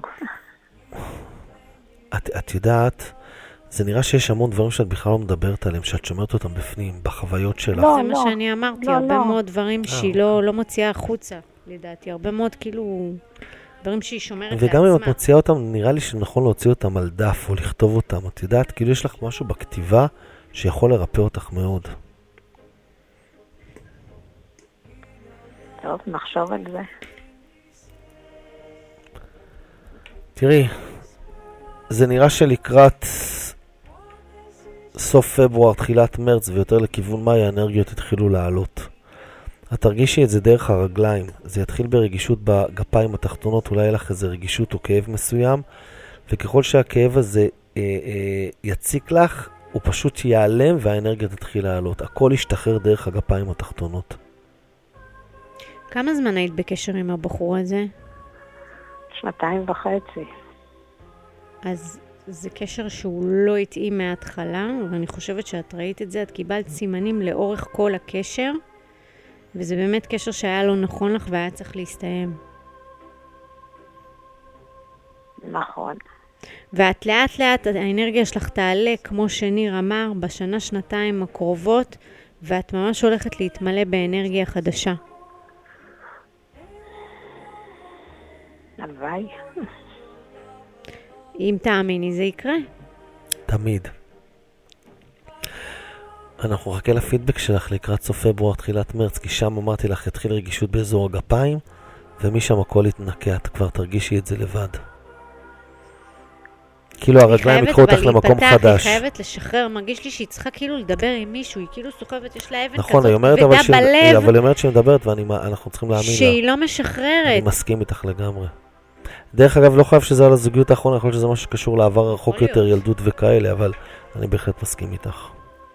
את, את יודעת, זה נראה שיש המון דברים שאת בכלל לא מדברת עליהם, שאת שומרת אותם בפנים, בחוויות שלך. לא, זה מה שאני אמרתי, לא, הרבה לא. מאוד דברים שהיא לא, לא מוציאה החוצה, לדעתי. הרבה מאוד כאילו דברים שהיא שומרת לעצמה. וגם אם את מוציאה אותם, נראה לי שנכון להוציא אותם על דף או לכתוב אותם. את יודעת, כאילו יש לך משהו בכתיבה שיכול לרפא אותך מאוד. טוב, נחשוב על זה. תראי, זה נראה שלקראת סוף פברואר, תחילת מרץ ויותר לכיוון מאי, האנרגיות התחילו לעלות. את תרגישי את זה דרך הרגליים. זה יתחיל ברגישות בגפיים התחתונות, אולי יהיה לך איזה רגישות או כאב מסוים, וככל שהכאב הזה אה, אה, יציק לך, הוא פשוט ייעלם והאנרגיה תתחיל לעלות. הכל ישתחרר דרך הגפיים התחתונות. כמה זמן היית בקשר עם הבחור הזה? שנתיים וחצי. אז זה קשר שהוא לא התאים מההתחלה, ואני חושבת שאת ראית את זה, את קיבלת סימנים לאורך כל הקשר, וזה באמת קשר שהיה לא נכון לך והיה צריך להסתיים. נכון. ואת לאט לאט, האנרגיה שלך תעלה, כמו שניר אמר, בשנה שנתיים הקרובות, ואת ממש הולכת להתמלא באנרגיה חדשה. הלוואי. אם תאמיני, זה יקרה. תמיד. אנחנו חכה לפידבק שלך לקראת סוף פברואר, תחילת מרץ, כי שם אמרתי לך, יתחיל רגישות באזור הגפיים, ומשם הכל יתנקה, את כבר תרגישי את זה לבד. כאילו הרגליים יקחו אותך למקום חדש. היא חייבת לשחרר, מרגיש לי שהיא צריכה כאילו לדבר עם מישהו, היא כאילו סוחבת, יש לה אבן נכון, כזאת אומרת, כבדה אבל בלב. אבל היא אומרת שהיא מדברת, ואנחנו צריכים להאמין לה. שהיא לא משחררת. אני מסכים איתך לגמרי. דרך אגב, לא חייב שזה על הזוגיות האחרונה, יכול להיות שזה משהו שקשור לעבר רחוק יותר, ילדות וכאלה, אבל אני בהחלט מסכים איתך.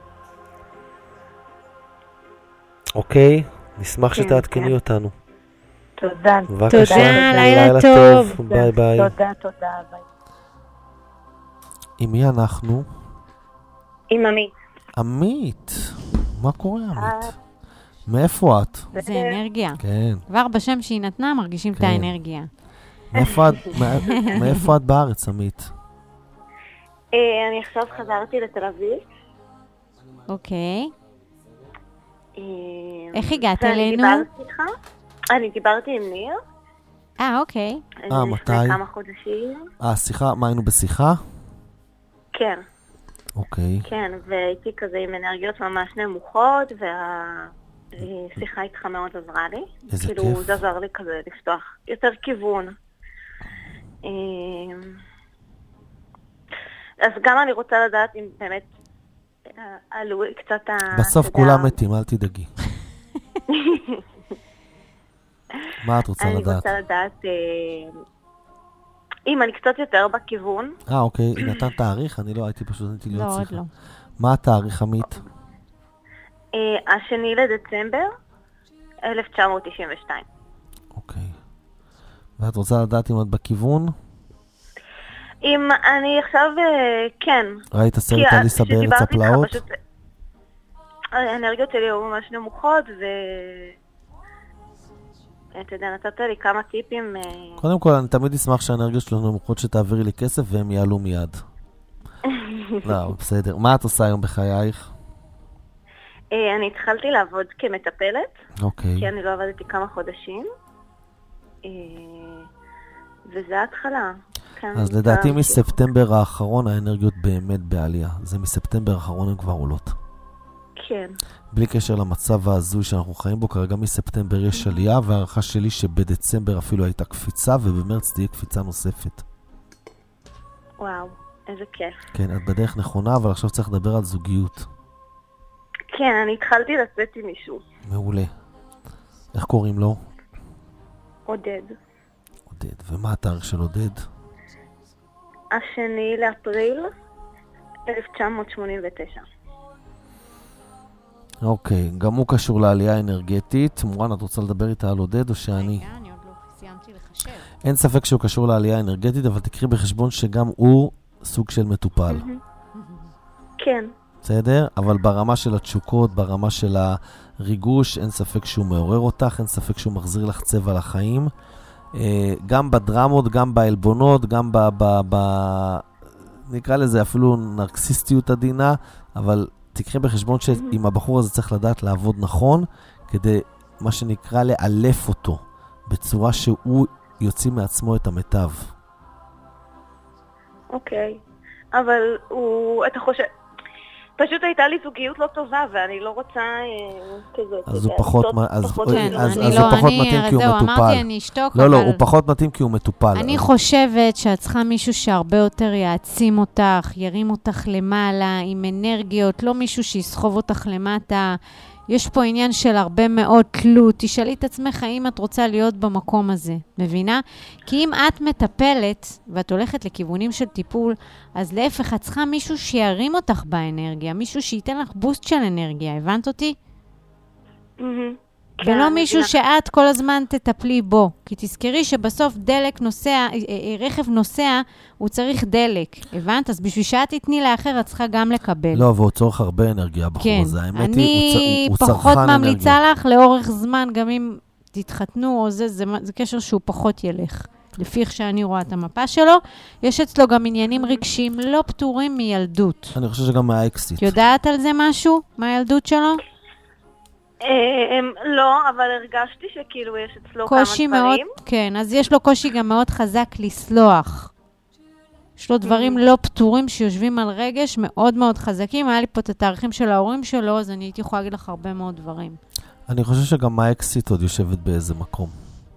אוקיי, נשמח שתעדכני אותנו. תודה. בבקשה, תודה, לילה טוב. ביי ביי. תודה, תודה, ביי. עם מי אנחנו? עם עמית. עמית. מה קורה עמית? מאיפה את? זה אנרגיה. כן. כבר בשם שהיא נתנה מרגישים את האנרגיה. מאיפה את, מאיפה את בארץ, עמית? אני עכשיו חזרתי לתל אביב. אוקיי. איך הגעת אלינו? דיברתי איתך. אני דיברתי עם ניר. אה, אוקיי. אה, מתי? לפני כמה חודשים. אה, שיחה, מה, היינו בשיחה? כן. אוקיי. כן, והייתי כזה עם אנרגיות ממש נמוכות, והשיחה איתך מאוד עזרה לי. איזה כיף. כאילו, זה עזר לי כזה לפתוח יותר כיוון. אז גם אני רוצה לדעת אם באמת עלו קצת ה... בסוף כולם מתים, אל תדאגי. מה את רוצה לדעת? אני רוצה לדעת אם אני קצת יותר בכיוון. אה, אוקיי. נתן תאריך? אני לא הייתי פשוט, הייתי להיות לא, עוד שיחה. לא. מה התאריך, עמית? השני לדצמבר, אלף תשע מאות תשעים ושתיים. אוקיי. ואת רוצה לדעת אם את בכיוון? אם אני עכשיו, כן. ראית הסרט אליסה בארץ הפלאות? האנרגיות שלי היו ממש נמוכות, ו... אתה יודע, נתת לי כמה טיפים. קודם כל, אני תמיד אשמח שהאנרגיות שלנו נמוכות שתעבירי לי כסף, והם יעלו מיד. לא, בסדר. מה את עושה היום בחייך? אני התחלתי לעבוד כמטפלת. אוקיי. כי אני לא עבדתי כמה חודשים. וזה ההתחלה. אז לדעתי מספטמבר האחרון האנרגיות באמת בעלייה. זה מספטמבר האחרון הן כבר עולות. כן. בלי קשר למצב ההזוי שאנחנו חיים בו, כרגע מספטמבר יש עלייה, והערכה שלי שבדצמבר אפילו הייתה קפיצה, ובמרץ תהיה קפיצה נוספת. וואו, איזה כיף. כן, את בדרך נכונה, אבל עכשיו צריך לדבר על זוגיות. כן, אני התחלתי לצאת עם מישהו. מעולה. איך קוראים לו? עודד. עודד. ומה התאריך של עודד? השני לאפריל אלף תשע מאות שמונים ותשע. אוקיי, גם הוא קשור לעלייה האנרגטית. מורן, את רוצה לדבר איתה על עודד או שאני? רגע, אני עוד לא סיימתי לחשב. אין ספק שהוא קשור לעלייה האנרגטית, אבל תקחי בחשבון שגם הוא סוג של מטופל. כן. בסדר? אבל ברמה של התשוקות, ברמה של הריגוש, אין ספק שהוא מעורר אותך, אין ספק שהוא מחזיר לך צבע לחיים. גם בדרמות, גם באלבונות, גם ב... ב, ב נקרא לזה אפילו נרקסיסטיות עדינה, אבל תקחי בחשבון שעם הבחור הזה צריך לדעת לעבוד נכון, כדי מה שנקרא לאלף אותו, בצורה שהוא יוציא מעצמו את המיטב. אוקיי, אבל הוא, אתה חושב, פשוט הייתה לי זוגיות לא טובה, ואני לא רוצה אה, כזאת. אז הוא פחות מ- אז- פחות אה, מזה. אז- אני אז לא, הוא פחות אני- מתאים כי הוא זהו, מטופל. אמרתי, אני אשתוק, לא, לא, אבל הוא פחות מתאים כי הוא מטופל. אני חושבת שאת צריכה מישהו שהרבה יותר יעצים אותך, ירים אותך למעלה, עם אנרגיות, לא מישהו שיסחוב אותך למטה. יש פה עניין של הרבה מאוד תלות. תשאלי את עצמך האם את רוצה להיות במקום הזה, מבינה? כי אם את מטפלת ואת הולכת לכיוונים של טיפול, אז להפך, את צריכה מישהו שירים אותך באנרגיה, מישהו שייתן לך בוסט של אנרגיה, הבנת אותי? מהמם. כן, ולא אני מישהו מבינה. שאת כל הזמן תטפלי בו. כי תזכרי שבסוף דלק נוסע, אה, אה, רכב נוסע, הוא צריך דלק. הבנת? אז בשביל שאת תתני לאחר, את צריכה גם לקבל. לא, והוא צורך הרבה אנרגיה, הבחור כן. הזה. האמת היא, אני הוא צ- הוא פחות צרכן ממליצה אנרגיה. לך לאורך זמן, גם אם תתחתנו או זה, זה, זה קשר שהוא פחות ילך. לפי איך שאני רואה את המפה שלו, יש אצלו גם עניינים רגשיים לא פטורים מילדות. אני חושב שגם מהאקסיט. את יודעת על זה משהו? מהילדות שלו? אה, הם- לא, אבל הרגשתי שכאילו יש אצלו כמה קושי מאוד, דברים. כן, אז יש לו קושי גם מאוד חזק לסלוח. יש לו דברים לא פתורים שיושבים על רגש מאוד מאוד חזקים. היה לי פה את התאריכים של ההורים שלו, אז אני הייתי יכולה להגיד לך הרבה מאוד דברים. אני חושב שגם האקסיט עוד יושבת באיזה מקום.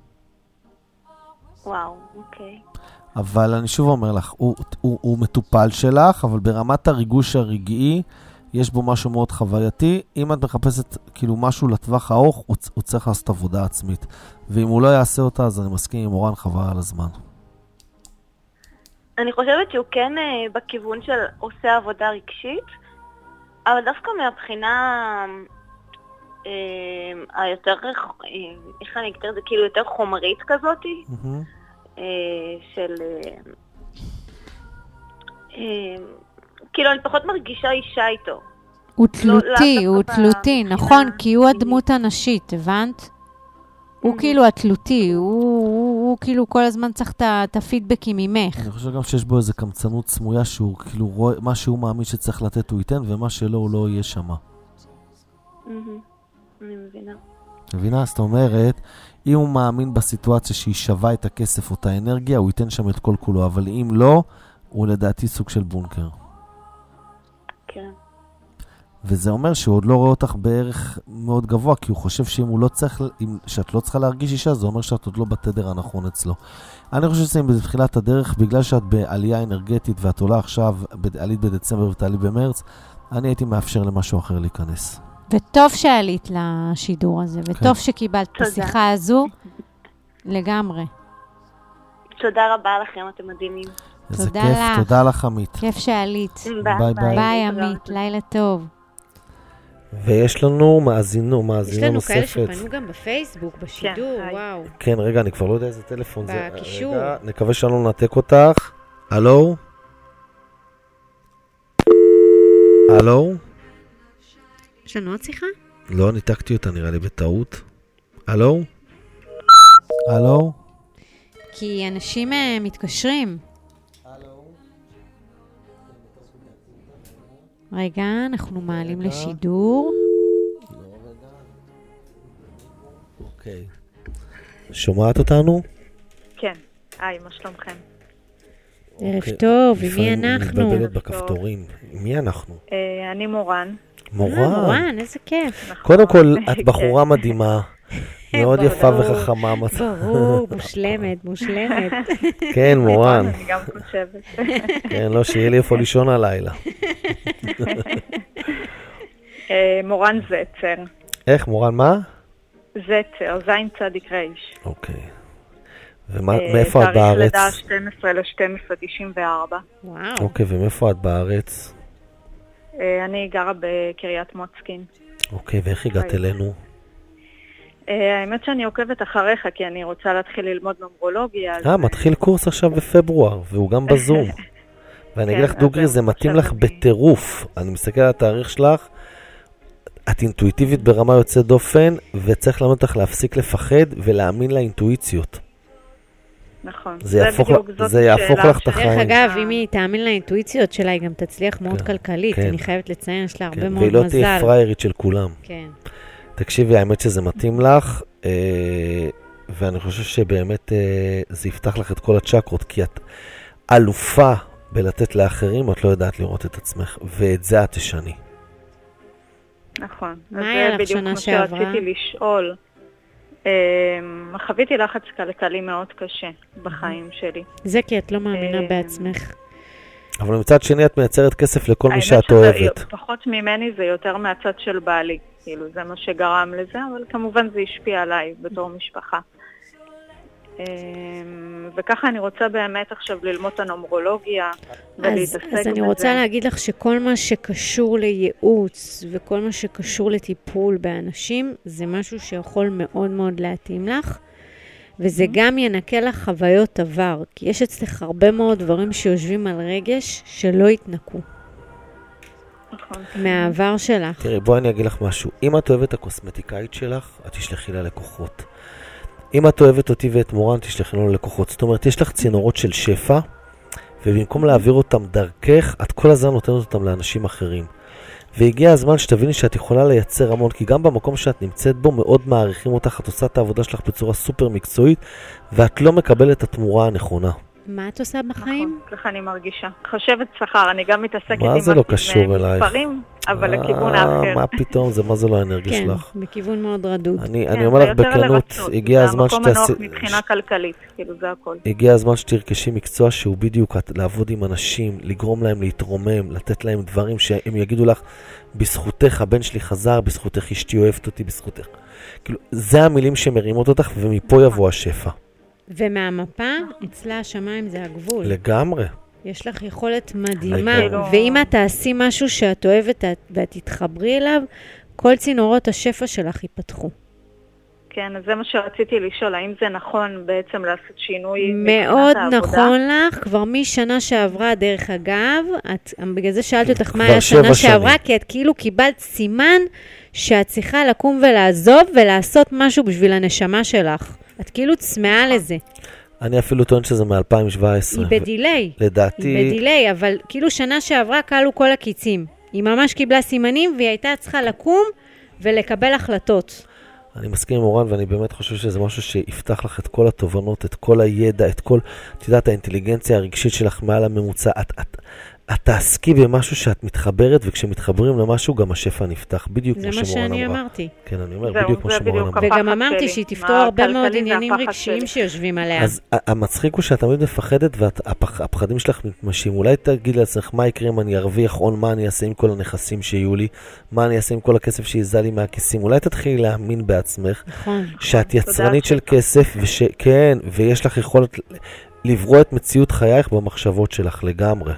וואו, אוקיי. אבל אני שוב אומר לך, הוא, הוא, הוא מטופל שלך, אבל ברמת הריגוש הרגעי, יש בו משהו מאוד חווייתי. אם את מחפשת כאילו משהו לטווח הארוך, הוא, הוא צריך לעשות עבודה עצמית. ואם הוא לא יעשה אותה, אז אני מסכים עם אורן, חבל על הזמן. אני חושבת שהוא כן אה, בכיוון של עושה עבודה רגשית, אבל דווקא מהבחינה אה, היותר, אה, איך אני אגדיר את זה, כאילו יותר חומרית כזאתי, אה, של... אה, אה, כאילו אני פחות מרגישה אישה איתו. הוא תלותי, לאו הוא דווקא תלותי, מבחינה נכון? כי הוא מינית. הדמות הנשית, הבנת? הוא כאילו התלותי, הוא, הוא, הוא כאילו כל הזמן צריך את ה- את הפידבקים ממך. אני חושב גם שיש בו איזו קמצנות סמויה, שהוא כאילו רואה, מה שהוא מאמין שצריך לתת הוא ייתן, ומה שלא הוא לא יהיה שמה. מהמם. אני מבינה. מבינה? זאת אומרת, אם הוא מאמין בסיטואציה שהיא שווה את הכסף או את האנרגיה, הוא ייתן שם את כל כולו, אבל אם לא, הוא לדעתי סוג של בונקר. כן. וזה אומר שהוא עוד לא רואה אותך בערך מאוד גבוה, כי הוא חושב שאם הוא לא צריך, אם, שאת לא צריכה להרגיש אישה, זה אומר שאת עוד לא בתדר הנכון אצלו. אני חושב שזה בתחילת הדרך, בגלל שאת בעלייה אנרגטית ואת עולה עכשיו, עלית בדצמבר ותעלי במרץ, אני הייתי מאפשר למשהו אחר להיכנס. וטוב שעלית לשידור הזה, וטוב שקיבלת את תודה. השיחה הזו, לגמרי. תודה רבה לכם, אתם מדהימים. איזה תודה כיף, לך. תודה לך עמית. כיף שעלית. ביי ביי. ביי להתראות. עמית, לילה טוב. ויש לנו מאזינו, יש מאזינה לנו כאלה נוספת. שפנו גם בפייסבוק, בשידור, כן, היי. וואו. כן, רגע, אני כבר לא יודע איזה טלפון זה. בקישור. רגע, נקווה שאני לא נתק אותך. הלו? הלו? יש לנו עוד שיחה? לא, ניתקתי אותה, נראה לי בטעות. הלו? הלו? כי אנשים אה, מתקשרים. רגע, אנחנו מעלים לשידור. אוקיי. שומעת אותנו? כן. היי, מה שלומכם? ערב אוקיי. טוב, עם מי לפעמים אנחנו? מתבלבלת בכפתורים. עם מי אנחנו? אה, אני מורן. מורן. אה, מורן, איזה כיף. קודם כל, את כן. בחורה מדהימה. מאוד ברור. יפה וחכמה. ברור, מושלמת, מושלמת. כן, מורן. אני גם חושבת. כן, לא, שיהיה לי איפה לישון הלילה. אה, מורן זצר. איך, מורן, מה? זצר, זין צדיק רייש. אוקיי. ומה, אה, מאיפה את בארץ? תאריך לידה שתים עשרה לשתים עשרה תשעים וארבע. וואו. אוקיי, ומאיפה את בארץ? אה, אני גרה בקריית מוצקין. אוקיי, ואיך הגעת היי. אלינו? אה, האמת שאני עוקבת אחריך, כי אני רוצה להתחיל ללמוד נומרולוגיה. אז- אה, מתחיל קורס עכשיו בפברואר, והוא גם בזום. ואני אגיד לך, אז דוגרי, זהו, זה מתאים עכשיו לך אני- בטירוף. אני מסתכל על התאריך שלך, את אינטואיטיבית ברמה יוצאת דופן, וצריך ללמוד אותך להפסיק לפחד ולהאמין לאינטואיציות. נכון. זה יהפוך בדיוק ל- זאת זה יהפוך השאלה לך את שלי. החיים. דרך אגב, אם היא תאמין לאינטואיציות שלה, היא גם תצליח מאוד כן, כלכלית. כן. אני חייבת לציין, יש לה הרבה כן, מאוד והיא לא מזל. תהיה פריירית של כולם. כן. תקשיבי, האמת שזה מתאים לך, אה, ואני חושב שבאמת אה, זה יפתח לך את כל הצ'קרות, כי את אלופה בלתת לאחרים, את לא יודעת לראות את עצמך, ואת זה את תשני. נכון. מה היה לך שנה שעברה? אז זה בדיוק מה שרציתי לשאול. אה, חוויתי לחץ כלכלי מאוד קשה בחיים שלי. זה כי את לא מאמינה אה, בעצמך. אבל מצד שני את מייצרת כסף לכל מי שאת האמת שזה אוהבת. פחות ממני זה יותר מהצד של בעלי. כאילו זה מה שגרם לזה, אבל כמובן זה השפיע עליי בתור משפחה. וככה אני רוצה באמת עכשיו ללמוד את הנומרולוגיה ולהתעסק בזה. אז אני רוצה להגיד לך שכל מה שקשור לייעוץ וכל מה שקשור לטיפול באנשים, זה משהו שיכול מאוד מאוד להתאים לך, וזה גם ינקה לך חוויות עבר, כי יש אצלך הרבה מאוד דברים שיושבים על רגש שלא יתנקו. מהעבר שלך. תראי, בואי אני אגיד לך משהו. אם את אוהבת הקוסמטיקאית שלך, את תשלחי לה לקוחות. אם את אוהבת אותי ואת מורן, תשלחי לנו לקוחות. זאת אומרת, יש לך צינורות של שפע, ובמקום להעביר אותם דרכך, את כל הזמן נותנת אותם לאנשים אחרים. והגיע הזמן שתביני שאת יכולה לייצר המון, כי גם במקום שאת נמצאת בו, מאוד מעריכים אותך, את עושה את העבודה שלך בצורה סופר מקצועית, ואת לא מקבלת את התמורה הנכונה. מה את עושה בחיים? נכון, ככה אני מרגישה. חשבת שכר, אני גם מתעסקת עם מה זה לא קשור אלייך? מספרים, אבל לכיוון האחר. מה פתאום, זה מה זה לא האנרגיה שלך? כן, בכיוון מאוד רדוד. אני אומר לך בכנות, הגיע הזמן שתעשי... זה המקום הנוח מבחינה כלכלית, כאילו זה הכל. הגיע הזמן שתרכשי מקצוע שהוא בדיוק לעבוד עם אנשים, לגרום להם להתרומם, לתת להם דברים שהם יגידו לך, בזכותך הבן שלי חזר, בזכותך אשתי אוהבת אותי, בזכותך. כאילו, זה המילים שמרימות אותך, ומפה יבוא השפע. ומהמפה, אצלה השמיים זה הגבול. לגמרי. יש לך יכולת מדהימה, ואם את תעשי משהו שאת אוהבת ואת תתחברי אליו, כל צינורות השפע שלך ייפתחו. כן, אז זה מה שרציתי לשאול, האם זה נכון בעצם לעשות שינוי? מאוד נכון לך, כבר משנה שעברה, דרך אגב, את, בגלל זה שאלתי אותך מה היה שנה שעברה, כי את כאילו קיבלת סימן שאת צריכה לקום ולעזוב ולעשות משהו בשביל הנשמה שלך. את כאילו צמאה לזה. אני אפילו טוען שזה מ-אלפיים שבע עשרה. היא בדילי. לדעתי... היא בדילי, אבל כאילו שנה שעברה קלו כל הקיצים. היא ממש קיבלה סימנים והיא הייתה צריכה לקום ולקבל החלטות. אני מסכים עם אורן, ואני באמת חושב שזה משהו שיפתח לך את כל התובנות, את כל הידע, את כל, את יודעת, האינטליגנציה הרגשית שלך מעל הממוצע. את, את, את תעסקי במשהו שאת מתחברת, וכשמתחברים למשהו גם השפע נפתח, בדיוק כמו שמורן אמרה. זה מה שאני אמרתי. כן, אני אומר, בדיוק כמו שמורן אמרה. וגם אמרתי שהיא תפתור הרבה מאוד עניינים רגשיים שיושבים עליה. אז המצחיק הוא שאת תמיד מפחדת, והפחדים שלך מתמשים. אולי תגיד לעצמך, מה יקרה אם אני ארוויח הון, מה אני אעשה עם כל הנכסים שיהיו לי, מה אני אעשה עם כל הכסף שיזל לי מהכיסים. אולי תתחילי להאמין בעצמך, שאת יצרנית של כסף, כן, ויש לך יכולת לברוא את מציאות חייך במחשבות שלך לגמרי.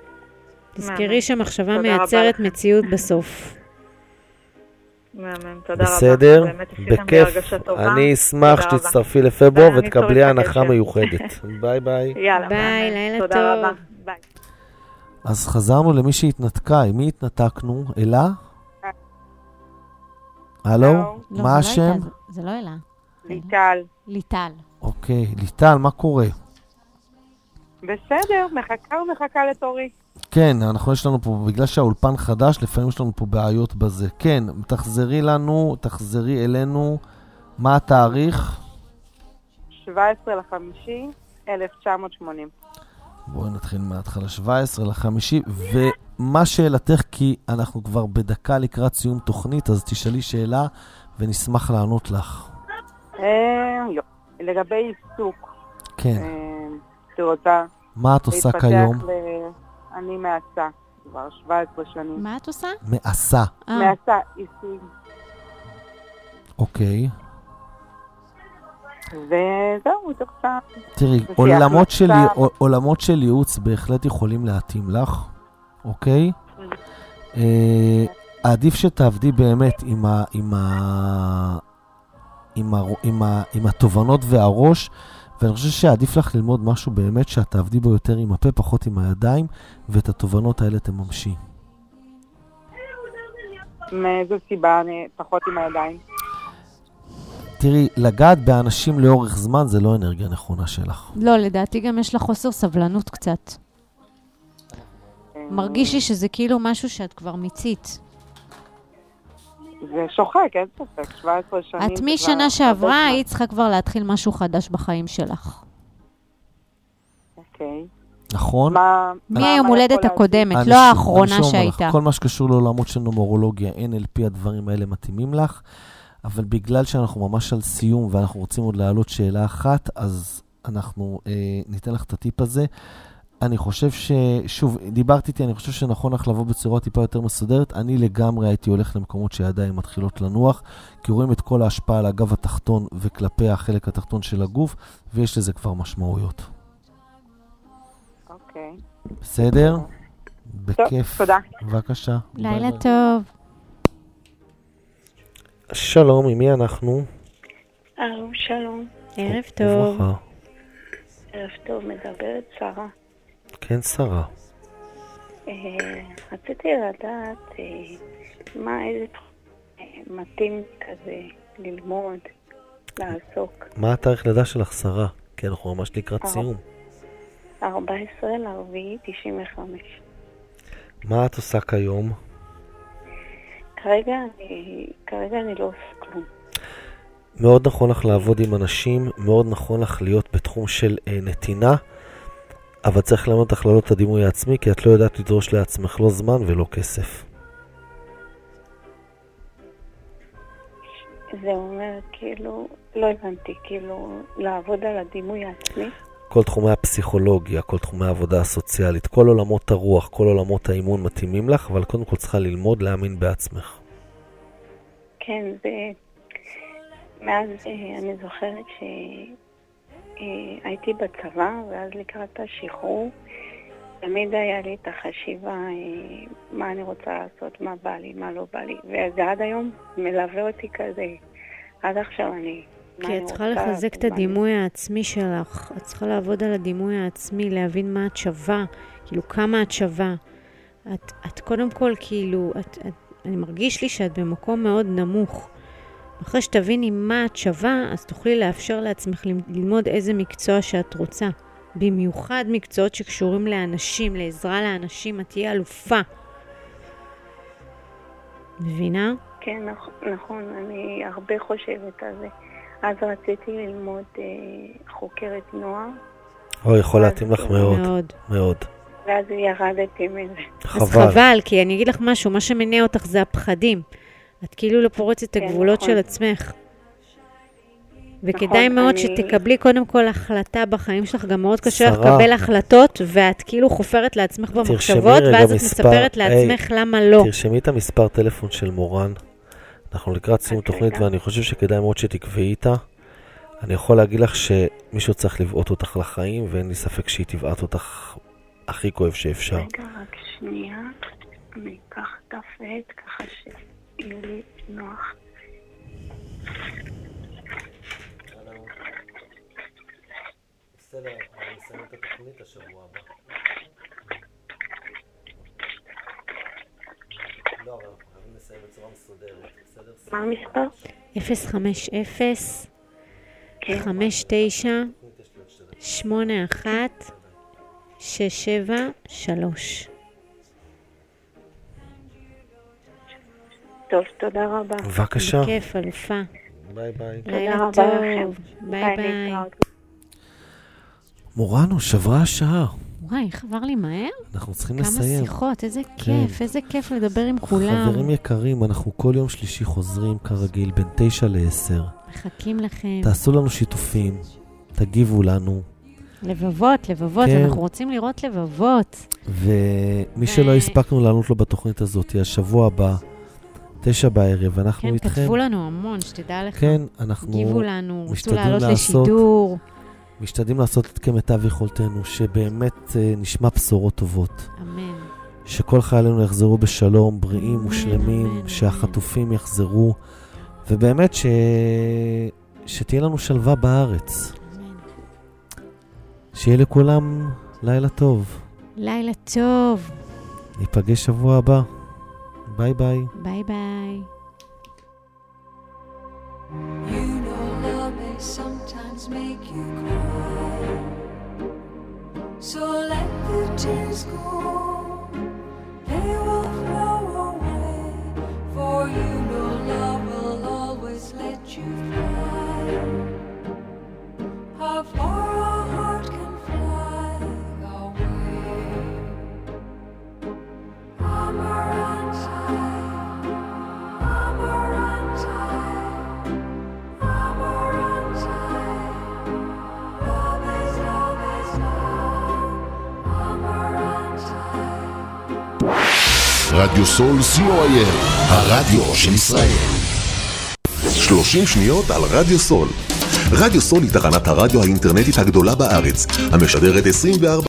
תזכרי שמחשבה מייצרת מציאות בסוף. בסדר, בכיף. אני אשמח שתצטרפי לפברואר ותקבלי הנחה מיוחדת. ביי ביי. יאללה. ביי, לילה טוב. ביי. אז חזרנו למי שהתנתקה. עם מי התנתקנו? אלה? הלו? מה השם? זה לא אלה. ליטל. ליטל. אוקיי, ליטל, מה קורה? בסדר, מחכה ומחכה לתורי. כן, אנחנו יש לנו פה, בגלל שהאולפן חדש, לפעמים יש לנו פה בעיות בזה. כן, תחזרי לנו, תחזרי אלינו, מה התאריך? שבעה עשר לחמישי אלף תשע מאות שמונים. בואי נתחיל מההתחלה, שבעה עשר לחמישי, ומה שאלתך, כי אנחנו כבר בדקה לקראת סיום תוכנית, אז תשאלי שאלה ונשמח לענות לך. לגבי עיסוק. כן. תרוצה. מה את עושה כיום? אני מעשה, כבר שבע עשרה שנים. מה את עושה? מעשה. מעשה, עיסוק. אוקיי. וזהו, זה קצת. תראי, עולמות של, עולמות של ייעוץ בהחלט יכולים להתאים לך, אוקיי? עדיף שתעבדי באמת עם ה, עם ה, עם ה, עם ה, עם התובנות והראש, ואני חושב שעדיף לך ללמוד משהו באמת שאת תעבדי בו יותר עם הפה, פחות עם הידיים, ואת התובנות האלה תממשי. מאיזו סיבה אני פחות עם הידיים? תראי, לגעת באנשים לאורך זמן זה לא אנרגיה נכונה שלך. לא, לדעתי גם יש לך חוסר סבלנות קצת. מרגיש לי שזה כאילו משהו שאת כבר מיצית. זה שוחק, אין ספק, שבע עשרה שנים. את משנה שעברה, היית צריכה כבר להתחיל משהו חדש בחיים שלך. אוקיי. נכון. מה... מהיום הולדת הקודמת, אני לא שוב- האחרונה אני שוב אומר שהייתה. לך, כל מה שקשור לעולמות של נומרולוגיה, אין אל פי הדברים האלה מתאימים לך, אבל בגלל שאנחנו ממש על סיום, ואנחנו רוצים עוד להעלות שאלה אחת, אז אנחנו אה, ניתן לך את הטיפ הזה. אני חושב ש... שוב, דיברתי איתי, אני חושב שנכון לך לבוא בצורה טיפה יותר מסודרת. אני לגמרי הייתי הולך למקומות שידיים מתחילות לנוח, כי רואים את כל ההשפעה על הגב התחתון וכלפי החלק התחתון של הגוף, ויש לזה כבר משמעויות. אוקיי. בסדר? טוב, בכיף. תודה. בבקשה. לילה ביי. טוב. שלום, עם מי אנחנו? אלו, שלום. ערב טוב. וברכה. ערב טוב, מדברת שרה. כן, שרה. אה, רציתי לדעת אה, מה איזה אה, מתאים כזה ללמוד, לעסוק. מה התאריך לידה שלך, שרה? כי אנחנו ממש לקראת אה. סיום. ארבע עשרה לארבעי תשעים וחמש. מה את עושה כיום? כרגע אני, כרגע אני לא עושה כלום. מאוד נכון לך לעבוד עם אנשים, מאוד נכון לך להיות בתחום של אה, נתינה, אבל צריך ללמוד אותך לעלות את הדימוי העצמי, כי את לא יודעת לדרוש לעצמך לא זמן ולא כסף. זה אומר כאילו, לא הבנתי, כאילו לעבוד על הדימוי העצמי. כל תחומי הפסיכולוגיה, כל תחומי העבודה הסוציאלית, כל עולמות הרוח, כל עולמות האימון מתאימים לך, אבל קודם כל צריכה ללמוד להאמין בעצמך. כן, זה... מאז אה, אני זוכרת שהייתי בצבא, ואז לקראת השחרור, תמיד היה לי את החשיבה אה, מה אני רוצה לעשות, מה בא לי, מה לא בא לי. וזה עד היום מלווה אותי כזה. עד עכשיו אני... מה כי אני את צריכה רוצה, לחזק את מה אני- הדימוי העצמי שלך. את צריכה לעבוד על הדימוי העצמי, להבין מה את שווה, כאילו כמה את שווה. את, את קודם כל, כאילו, את, את, אני מרגיש לי שאת במקום מאוד נמוך. אחרי שתביני מה את שווה, אז תוכלי לאפשר לעצמך ל- ללמוד איזה מקצוע שאת רוצה. במיוחד מקצועות שקשורים לאנשים, לעזרה לאנשים, את תהיה אלופה. מבינה? כן, נכ- נכון, אני הרבה חושבת על זה. אז רציתי ללמוד אה, חוקרת נוער, או, יכול להתאים לך מאוד, מאוד. מאוד. ואז ירדתי מזה. אז חבל. חבל, כי אני אגיד לך משהו, מה שמניע אותך זה הפחדים. את כאילו לא פורצת את כן, הגבולות נכון. של עצמך. וכדאי מאוד אני- שתקבלי קודם כל החלטה בחיים שלך, גם מאוד קשה לך שרה. לקבל החלטות, ואת כאילו חופרת לעצמך תרשמי במחשבות, רגע ואז את מספר- מספרת היי, לעצמך למה לא. תרשמי את המספר טלפון של מורן. אנחנו לקראת סיום אוקיי, תוכנית, גם. ואני חושב שכדאי מאוד שתקבעי איתה. אני יכול להגיד לך שמישהו צריך לבעוט אותך לחיים, ואין לי ספק שהיא תבעט אותך הכי כואב שאפשר. רגע, רק שנייה. אני אקח דף ועט ככה שיהיה לי נוח. בסדר, אני אסיים את התוכנית השבוע הבא. לא, אבל אנחנו חייבים לסיים בצורה מסודרת. בסדר? מה המספר? אפס חמש אפס כן. חמש תשע שמונה אחת שש שבע שלוש. טוב, תודה רבה. בבקשה. בכיף, אלופה. ביי ביי. לילה רבה טוב. לכם. ביי ביי. להתראות. מורנו, שברה השעה. וואי, איך עבר לי מהר? אנחנו צריכים כמה לסיים. שיחות, איזה כן. כיף, איזה כיף לדבר עם כולם. חברים יקרים, אנחנו כל יום שלישי חוזרים כרגיל בין תשע לעשר. מחכים לכם. תעשו לנו שיתופים, תגיבו לנו, לבבות, לבבות, כן. אנחנו רוצים לראות לבבות. ומי שלא הספקנו לענות לו בתוכנית הזאת, השבוע הבא, תשע בערב, אנחנו כן, איתכם. כתבו לנו המון, שתדע לך. כן, אנחנו גיבו לנו, רצו משתדלים לעלות לעשות- לשידור. משתדלים לעשות את כמיטב יכולתנו, שבאמת אה, נשמע בשורות טובות. אמן. שכל חיילינו יחזרו בשלום, בריאים אמן, ושלמים, אמן, שהחטופים יחזרו, ובאמת ש... שתהיה לנו שלווה בארץ. אמן. שיהיה לכולם לילה טוב. לילה טוב. ניפגש שבוע הבא. ביי ביי. ביי ביי. You know love may sometimes make you cry, so let the tears go, they will flow away, for you know love will always let you fly. How far a heart can fly away. רדיו סול סי או איי אל, הרדיו של ישראל. שלושים שניות על רדיו סול. רדיו סול היא תחנת הרדיו האינטרנטית הגדולה בארץ, המשדרת עשרים וארבע